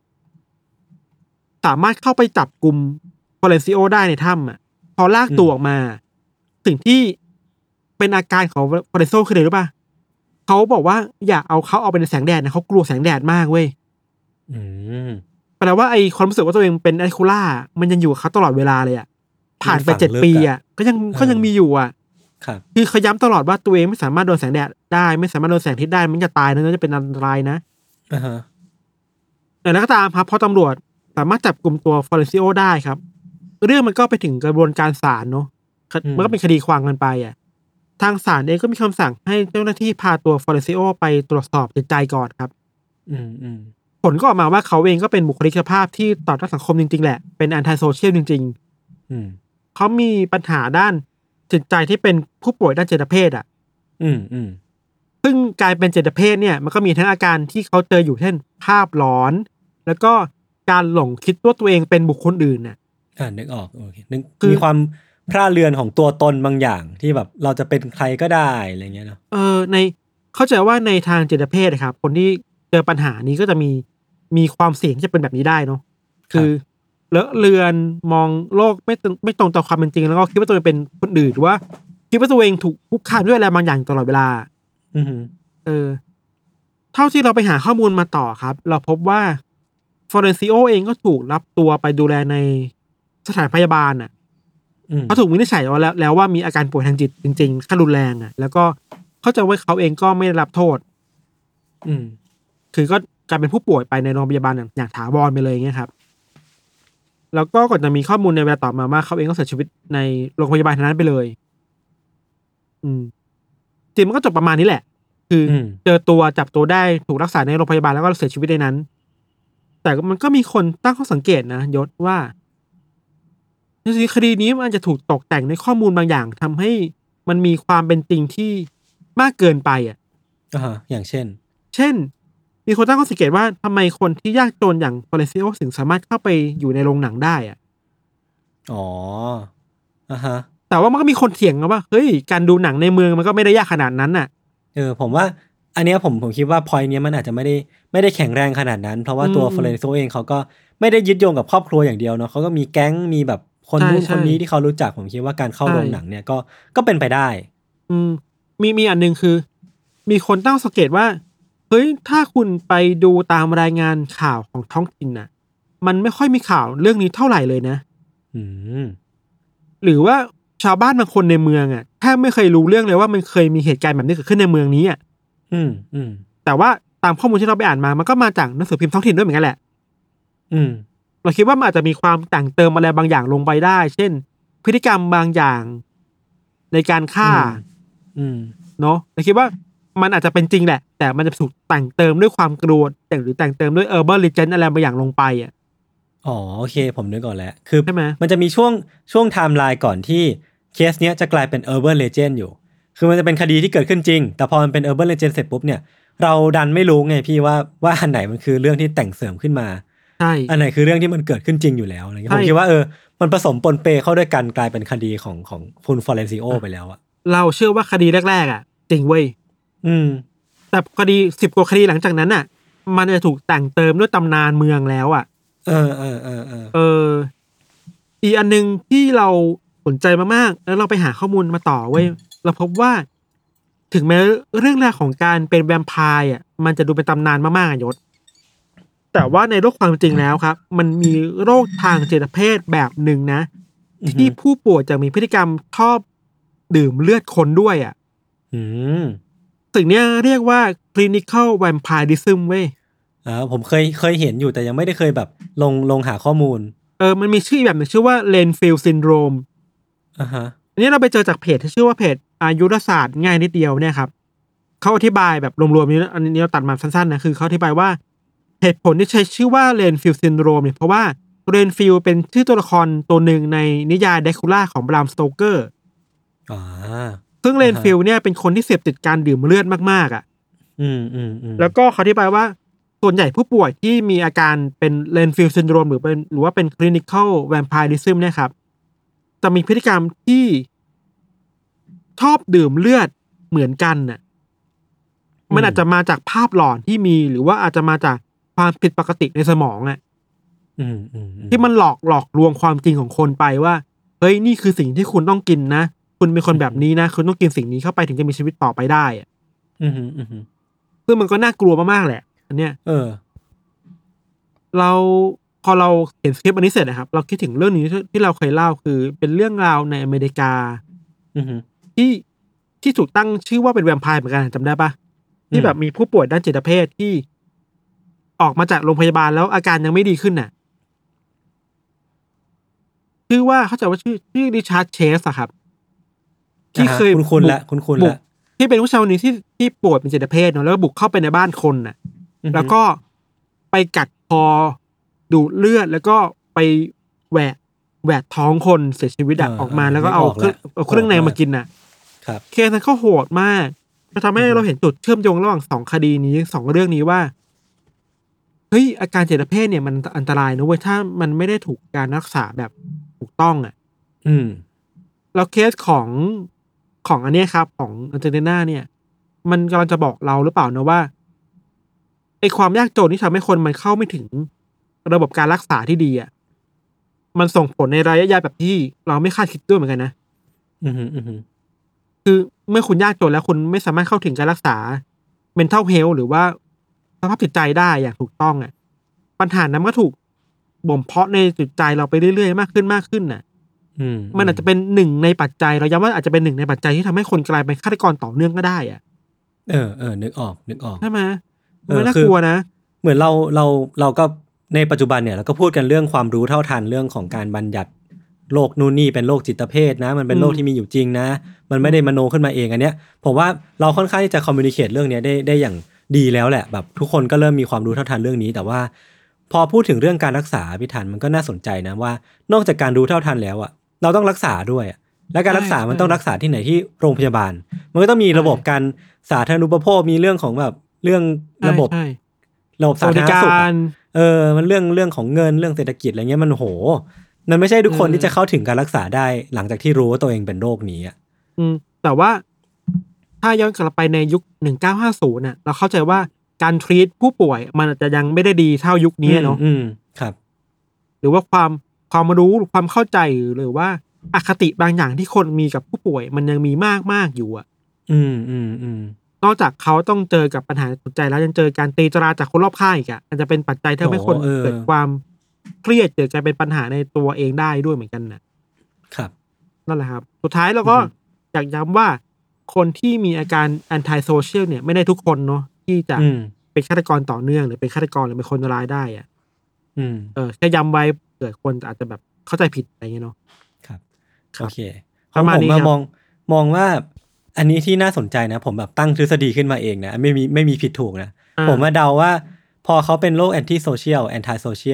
สามารถเข้าไปจับกุมฟลอเรนซิโอได้ในถ้ำอ่ะพอลากตัวออกมาสิ่งที่เป็นอาการของฟลอเรนซิโอคืออะไรรู้ป่ะเขาบอกว่าอย่าเอาเขาเอาไปในแสงแดดนะเขากลัวแสงแดดมากเว้ย
อืม
แปลว่าไอ้ความรู้สึกว่าตัวเองเป็นไอคูล่ามันยังอยู่กับเขาตลอดเวลาเลยอ่ะผ่านไปเจ็ดปีอ่ะก็ยังก็ยังมีอยู่อ่ะ
ครับ
คือเขาย้ำตลอดว่าตัวเองไม่สามารถโดนแสงแดดได้ไม่สามารถโดนแสงอาทิตย์ได้มันจะตายนะมันจะเป็นอันตรายนะ
อ่าฮะ
แต่แล้วก็ตามครับพอตำรวจสามารถจับกลุ่มตัวฟลอเรนซิโอได้ครับเรื่องมันก็ไปถึงกระบวนการศาลเนาะมันก็เป็นคดีความกันไปอ่ะทางศาลเองก็มีคำสั่งให้เจ้าหน้าที่พาตัวฟลอเรนซิโอไปตรวจสอบจิตใจก่อนครับ
อืมอืม
ผลก็ออกมาว่าเขาเองก็เป็นบุคลิกภาพที่ต่อต้านสังคมจริงๆแหละเป็นแอนตี้โซเชียลจริงๆอืมเขามีปัญหาด้านจิตใจที่เป็นผู้ป่วยด้านจิตเภทอ่ะ
อืมอืม
ซึ่งการเป็นจิตเภทเนี่ยมันก็มีทั้งอาการที่เขาเจออยู่เช่นภาพหลอนแล้วก็การหลงคิดว่าตัวเองเป็นบุคคลอื่นน่ะ
อ่านึกออกโอเคนึกมีความพร่าเรือนของตัวตนบางอย่างที่แบบเราจะเป็นใครก็ได้อะไรเงี้ยเนาะ
เออในเข้าใจว่าในทางจิตเภทนะครับคนที่เจอปัญหานี้ก็จะมีมีความเสี่ยงที่จะเป็นแบบนี้ได้เนาะคือเลอะเลือนมองโลกไม่ไม่ตรงต่อความเป็นจริงแล้วก็คิดว่าตัวเองเป็นคนอื่นหรือว่าคิดว่าตัวเองถูกคุกคามด้วยอะไรบางอย่างตลอดเวลา
อือ
เออเท่าที่เราไปหาข้อมูลมาต่อครับเราพบว่าฟลอเรนซิโอเองก็ถูกรับตัวไปดูแลในสถานพยาบาลน่ะเขาถูกวินิจฉัยแล้วแล้วว่ามีอาการป่วยทางจิตจริงๆขั้นรุนแรงอ่ะแล้วก็เข้าใจว่าเขาเองก็ไม่ได้รับโทษอืมคือก็กลายเป็นผู้ป่วยไปในโรงพยาบาลอย่างถาวรไปเลยอย่างเงี้ยครับแล้วก็ก่อนจะมีข้อมูลในเวลาต่อมาว่าเขาเองก็เสียชีวิตในโรงพยาบาลนั้นไปเลยอืมจริงมันก็จบประมาณนี้แหละคือเจอตัวจับตัวได้ถูกรักษาในโรงพยาบาลแล้วก็เสียชีวิตในนั้นแต่มันก็มีคนตั้งข้อสังเกตนะยศว่าจริงๆคดีนี้มันจะถูกตกแต่งในข้อมูลบางอย่างทำให้มันมีความเป็นจริงที่มากเกินไปอ่ะ
อ่าอย่างเช่น
เช่นมีคนตั้งข้อสังเกตว่าทำไมคนที่ยากจนอย่างฟลอเรนซิโอถึงสามารถเข้าไปอยู่ในโรงหนังได้อ่ะ
อ๋ออ่าฮะ
แต่ว่ามันก็มีคนเถียงกันว่าเฮ้ยการดูหนังในเมืองมันก็ไม่ได้ยากขนาดนั้นน่ะ
เออผมว่าอันเนี้ยผมผมคิดว่าพอยต์เนี้ยมันอาจจะไม่ได้ไม่ได้แข็งแรงขนาดนั้นเพราะว่าตัวฟลอเรนซิโอเองเขาก็ไม่ได้ยึดโยงกับครอบครัวอย่างเดียวเนาะเขาก็มีแก๊งมีแบบคนนู้นคนนี้ที่เขารู้จักผมคิดว่าการเข้าโรงหนังเนี่ยก็ก็เป็นไปได้
อืมมีมีอันนึงคือมีคนตั้งสังเกตว่าเฮ้ยถ้าคุณไปดูตามรายงานข่าวของท้องถิ่นน่ะมันไม่ค่อยมีข่าวเรื่องนี้เท่าไหร่เลยนะ
อืม
หรือว่าชาวบ้านบางคนในเมืองอ่ะแทบไม่เคยรู้เรื่องเลยว่ามันเคยมีเหตุการณ์แบบนี้เกิดขึ้นในเมืองนี้อ่ะ
อืมอืม
แต่ว่าตามข้อมูลที่เราไปอ่านมามันก็มาจากหนังสือพิมพ์ท้องถิ่นด้วยเหมือนกันแหละ
อืม
เราคิดว่ามันอาจจะมีความแต่งเติมอะไรบางอย่างลงไปได้เช่นพฤติกรรมบางอย่างในการฆ่า
อืม
เนาะเราคิดว่ามันอาจจะเป็นจริงแหละแต่มันจะถูกแต่งเติมด้วยความกลัวแต่งหรือแต่งเติมด้วย urban legend อะไรบางอย่างลงไปอ่ะ
อ๋อโอเคผมนึกก่อนแล้วคือ
ใช่ไหม
มันจะมีช่วงช่วงไทม์ไลน์ก่อนที่เคสเนี้ยจะกลายเป็น urban legend อยู่คือมันจะเป็นคดีที่เกิดขึ้นจริงแต่พอมันเป็น urban legend เสร็จปุ๊บเนี่ยเราดันไม่รู้ไงพี่ว่าว่าอันไหนมันคือเรื่องที่แต่งเสริมขึ้นมา
ใช่
อันไหนคือเรื่องที่มันเกิดขึ้นจริงอยู่แล้วอะไรเงี้ยผมคิดว่าเออมันผสมปนเปเข้าด้วยกันกลายเป็นคดีของของคุณฟลอเรนซิโอไปแล้วอะ
เราเชื่อว่าคดีแรกๆอ่ะจริงเว้ย
อืม
แต่คดีสิบกว่าคดีหลังจากนั้นอ่ะมันจะถูกแต่งเติมด้วยตำนานเมืองแล้วอ่ะ
เออเออเออเออ
เอออีกอันนึงที่เราสนใจมากๆแล้วเราไปหาข้อมูลมาต่อเว้ยเราพบว่าถึงแม้เรื่องราวของการเป็นแวมไพร์อ่ะมันจะดูเป็นตำนานมากๆอ่ะยศแต่ว่าในโลกความจริงแล้วครับมันมีโรคทางจิตเภทแบบหนึ่งนะที่ผู้ป่วยจะมีพฤติกรรมชอบดื่มเลือดคนด้วยอ่ะ
อืม
สิ่งนี้เรียกว่า clinical vampirism เว้ย
อ่าผมเคยเคยเห็นอยู่แต่ยังไม่ได้เคยแบบลงลงหาข้อมูล
เออมันมีชื่อแบบหนึ่งชื่อว่า Renfield syndrome
อ่าฮะ
อันนี้เราไปเจอจากเพจที่ชื่อว่าเพจอายุรศาสตร์ง่ายนิดเดียวเนี่ยครับเขาอธิบายแบบรวมๆนี้อันนี้เราตัดมาสั้นๆนะคือเขาอธิบายว่าเหตุผลที่ใช้ชื่อว่า Renfield syndrome เนี่ยเพราะว่า Renfield เป็นชื่อตัวละครตัวหนึ่งในนิยาย Dracula ของ Bram Stoker
อ่า
ซึ่ง Renfield เนี่ยเป็นคนที่เสพติดการดื่มเลือดมากๆอ่ะ
อืมอืมอืม
แล้วก็เขาอธิบายว่าส่วนใหญ่ผู้ป่วยที่มีอาการเป็น Renfield syndrome หรือเป็นหรือว่าเป็น clinical vampirism เนี่ยครับจะมีพฤติกรรมที่ชอบดื่มเลือดเหมือนกันน่ะมันอาจจะมาจากภาพหลอนที่มีหรือว่าอาจจะมาจากความผิดปกติในสมองอ่ะ
อืมอืม
ที่มันหลอกหลอกลวงความจริงของคนไปว่าเฮ้ยนี่คือสิ่งที่คุณต้องกินนะคุณเป็นคนแบบนี้นะคุณต้องกินสิ่งนี้เข้าไปถึงจะมีชีวิตต่อไปได้อ่ะ
อืมอืม
ซึ่งมันก็น่ากลัวมากๆแหละอันเนี้ย
เออ
เราพอเราเห็นคลิปอันนี้เสร็จนะครับเราคิดถึงเรื่องนี้ที่เราเคยเล่าคือเป็นเรื่องราวในอเมริกาที่ที่ถูกตั้งชื่อว่าเป็นแวมไพร์เหมือนกันจำได้ปะที่แบบมีผู้ป่วยด้านจิตเภทที่ออกมาจากโรงพยาบาลแล้วอาการยังไม่ดีขึ้นน่ะชื่อว่าเข้าใจว่าชื่อชื่อริชาร์ดเชสอะครับที่เคย
คุณคุณละคุณคุณละ
ที่เป็นผู้ชายคนนี้ที่ที่ป่วยเป็นจิตเภทเนาะแล้วบุกเข้าไปในบ้านคนน่ะแล้วก็ไปกัดคอดูดเลือดแล้วก็ไปแหวะแหวะท้องคนเสียชีวิตออกมาแล้วก็เอาเครื่องเอาเครื่องในมากินน่ะ
ครับ
เคสนั้นเขาโหดมากมันทำให้เราเห็นจุดเชื่อมโยงระหว่างสองคดีนี้สองเรื่องนี้ว่าเฮ้ยอาการจิตเภทเนี่ยมันอันตรายนะเว้ยถ้ามันไม่ได้ถูกการรักษาแบบถูกต้องอ่ะ
อืม
แล้วเคสของของอันนี้ครับของอันเจลิน่าเนี่ยมันกำลังจะบอกเราหรือเปล่านะว่าไอ้ความยากจนที่ทำให้คนมันเข้าไม่ถึงระบบการรักษาที่ดีอ่ะมันส่งผลในระยะยาวแบบที่เราไม่คาดคิดด้วยเหมือนกันนะ
อืมอืม
คือเมื่อคุณยากจนแล้วคุณไม่สามารถเข้าถึงการรักษา mental health หรือว่าสภาพจิตใจได้อย่างถูกต้องอ่ะปัญหานั้นก็ถูกบ่มเพาะในจิตใจเราไปเรื่อยๆมากขึ้นมากขึ้นน่ะมันอาจจะเป็นหนึ่งในปัจจัยเราย้ำว่าอาจจะเป็นหนึ่งในปัจจัยที่ทำให้คนกลายเป็นฆาตกรต่อเนื่องก็ได้อ่ะ
เออเออนึกออกนึกออก
ใช่ไหมมันน่ากลัวนะ
เหมือนเราเราเราก็ในปัจจุบันเนี่ยเราก็พูดกันเรื่องความรู้เท่าทันเรื่องของการบัญญัติโรคนู่นนี่เป็นโรคจิตเภทนะมันเป็นโรคที่มีอยู่จริงนะมันไม่ได้มโนขึ้นมาเองอันเนี้ยผมว่าเราค่อนข้างที่จะคอมมิวนิเคตเรื่องนี้ได้ได้อย่างดีแล้วแหละแบบทุกคนก็เริ่มมีความรู้เท่าทันเรื่องนี้แต่ว่าพอพูดถึงเรื่องการรักษาพิธันมันก็น่าสนใจนะว่านอกจากการรู้เท่าทันแล้วอ่ะเราต้องรักษาด้วยและการรักษามันต้องรักษาที่ไหนที่โรงพยาบาลมันก็ต้องมีระบบการสาธารณูปโภคมีเรื่องของแบบเรื่องระบบระบบสาธารณสุขเออมันเรื่องเรื่องของเงินเรื่องเศรษฐกิจอะไรเงี้ยมันโหมันไม่ใช่ทุกคนที่จะเข้าถึงการรักษาได้หลังจากที่รู้ว่าตัวเองเป็นโรคนี้อ่ะ
อืมแต่ว่าถ้าย้อนกลับไปในยุคหนึ่งเก้าห้าศูนย์น่ะเราเข้าใจว่าการทรีตผู้ป่วยมันอาจจะยังไม่ได้ดีเท่ายุคนี้เนาะ
อืมครับ
หรือว่าความความรู้ความเข้าใจหรือว่าอคติบางอย่างที่คนมีกับผู้ป่วยมันยังมีมากมากอยู่อ่ะ
อืมอืมอืม
นอกจากเขาต้องเจอกับปัญหาจิตใจแล้วยังเจอการตีตราจากคนรอบข้างอีกอ่ะมันจะเป็นปัจจัยที่ทำให้คนเกิดความเครียดเกิดการเป็นปัญหาในตัวเองได้ด้วยเหมือนกันนะครับนั่นแหละครับสุดท้ายเราก็อยากย้ำว่าคนที่มีอาการ anti social เนี่ยไม่ได้ทุกคนเนาะที่จะเป็นฆาตกรต่อเนื่องหรือเป็นฆาตกรหรือเป็นคนร้ายได้อ่ะเออแค่ย้ำไว้เกิดคนอาจจะแบบเข้าใจผิดอะไรอย่างเงี้ยเนาะ
ครับโอเคผมมามองมองว่าอันนี้ที่น่าสนใจนะผมแบบตั้งทฤษฎีขึ้นมาเองนะไม่มีไม่มีผิดถูกนะผมมาเดาว่าพอเขาเป็นโรค anti social anti social อ่ะ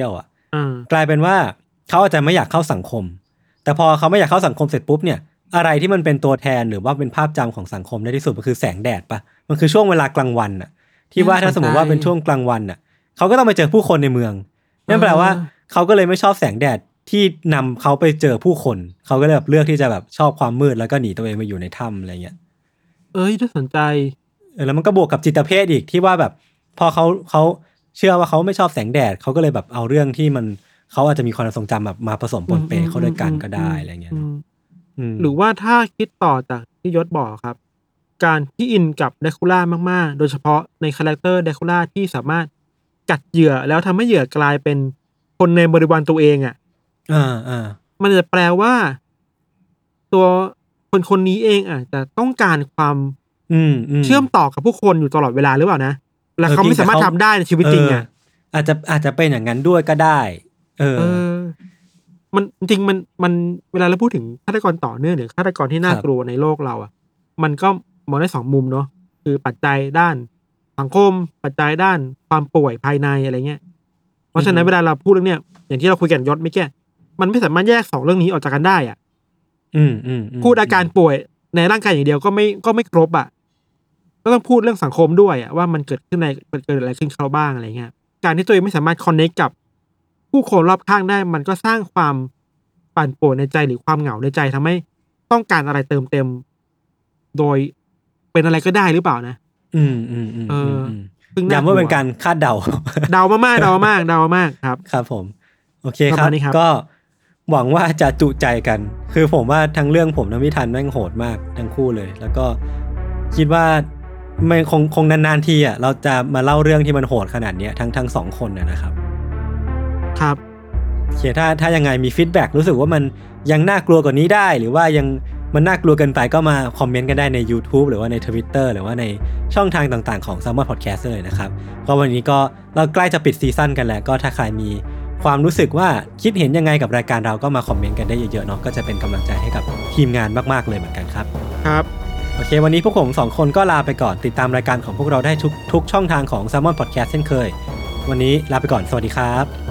กลายเป็นว่าเขาอาจจะไม่อยากเข้าสังคมแต่พอเขาไม่อยากเข้าสังคมเสร็จปุ๊บเนี่ยอะไรที่มันเป็นตัวแทนหรือว่าเป็นภาพจำของสังคมได้ที่สุดมันคือแสงแดดปะมันคือช่วงเวลากลางวันน่ะที่ว่าถ้าสมมติว่าเป็นช่วงกลางวันน่ะเขาก็ต้องไปเจอผู้คนในเมืองนั่นแปลว่าเขาก็เลยไม่ชอบแสงแดดที่นำเขาไปเจอผู้คนเขาก็เลยแบบเลือกที่จะแบบชอบความมืดแล้วก็หนีตัวเองมาอยู่ในถ้ำอะไรเงี้ย
เอ้ยน่าสนใจ
เออแล้วมันก็บวกกับจิตเภทอีกที่ว่าแบบพอเขาเขาเชื่อว่าเขาไม่ชอบแสงแดดเขาก็เลยแบบเอาเรื่องที่มันเขาอาจจะมีความทรงจำแบบมาผสมปนเปเข้าด้วยกันก็ได้อะไรเงี้ย
หรือว่าถ้าคิดต่อจากที่ยศบอกครับการที่อินกับเดคูล่ามากๆโดยเฉพาะในคาแรคเตอร์เดคูล่าที่สามารถกัดเหยื่อแล้วทำให้เหยื่อกลายเป็นคนในบริวารตัวเองอ่ะ
อ่าอ่า
มันจะแปลว่าตัวคนคนนี้เองอาจจะต้องการความเชื่อมต่อกับผู้คนอยู่ตลอดเวลาหรือเปล่านะแล้วเขาไม่สามารถทำได้ในชีวิตจริงอ่ะ
อาจจะอาจจะเป็นอย่างนั้นด้วยก็ได้เออ
มันจริงมันมันเวลาเราพูดถึงฆาตกรต่อเนื่องหรือฆาตกรที่น่ากลัวในโลกเราอ่ะมันก็มองได้สองมุมเนาะคือปัจจัยด้านสังคมปัจจัยด้านความป่วยภายในอะไรเงี้ยเพราะฉะนั้นเวลาเราพูดเรื่องเนี้ยอย่างที่เราคุยกันยศไม่แก่มันไม่สามารถแยกสองเรื่องนี้ออกจากกันได้อ่ะ
อืมอืม
พูดอาการป่วยในร่างกายอย่างเดียวก็ไม่ก็ไม่ครบอ่ะก็ต้องพูดเรื่องสังคมด้วยอ่ะว่ามันเกิดขึ้นในเกิดอะไรขึ้นเขาบ้างอะไรเงี้ยการที่ตัวเองไม่สามารถคอนเนคกับผู้คนรอบข้างได้มันก็สร้างความปั่นป่วนในใจหรือความเหงาในใจทำให้ต้องการอะไรเติมเต็มโดยเป็นอะไรก็ได้หรือเปล่านะ
อืมอืมอืม
เออ
ย้ำว่าเป็นการคาดเดา
เดามากๆเดามากเดามากครับ
ครับผมโอเคครับก็หวังว่าจะจุใจกันคือผมว่าทั้งเรื่องผมทั้งพี่ทันแม่งโหดมากทั้งคู่เลยแล้วก็คิดว่าไม่คงคงนานๆทีอ่ะเราจะมาเล่าเรื่องที่มันโหดขนาดนี้ทั้งทั้งสองคนนะครับ
ครับ
โอเคถ้าถ้ายังไงมีฟีดแบ็กรู้สึกว่ามันยังน่ากลัวกว่านี้ได้หรือว่ายังมันน่ากลัวเกินไปก็มาคอมเมนต์กันได้ใน YouTube หรือว่าใน Twitter หรือว่าในช่องทางต่างๆของ Salmon Podcast เลยนะครับก็วันนี้ก็เราใกล้จะปิดซีซั่นกันแล้วก็ถ้าใครมีความรู้สึกว่าคิดเห็นยังไงกับรายการเราก็มาคอมเมนต์กันได้เยอะๆเนาะก็จะเป็นกำลังใจให้กับทีมงานมากๆเลยเหมือนกันครับ
ครับ
โอเควันนี้พวกผมสองคนก็ลาไปก่อนติดตามรายการของพวกเราได้ทุกทุกช่องทางของ Salmon Podcast เช่นเคยวันนี้ลาไปก่อนสวัสดีครับ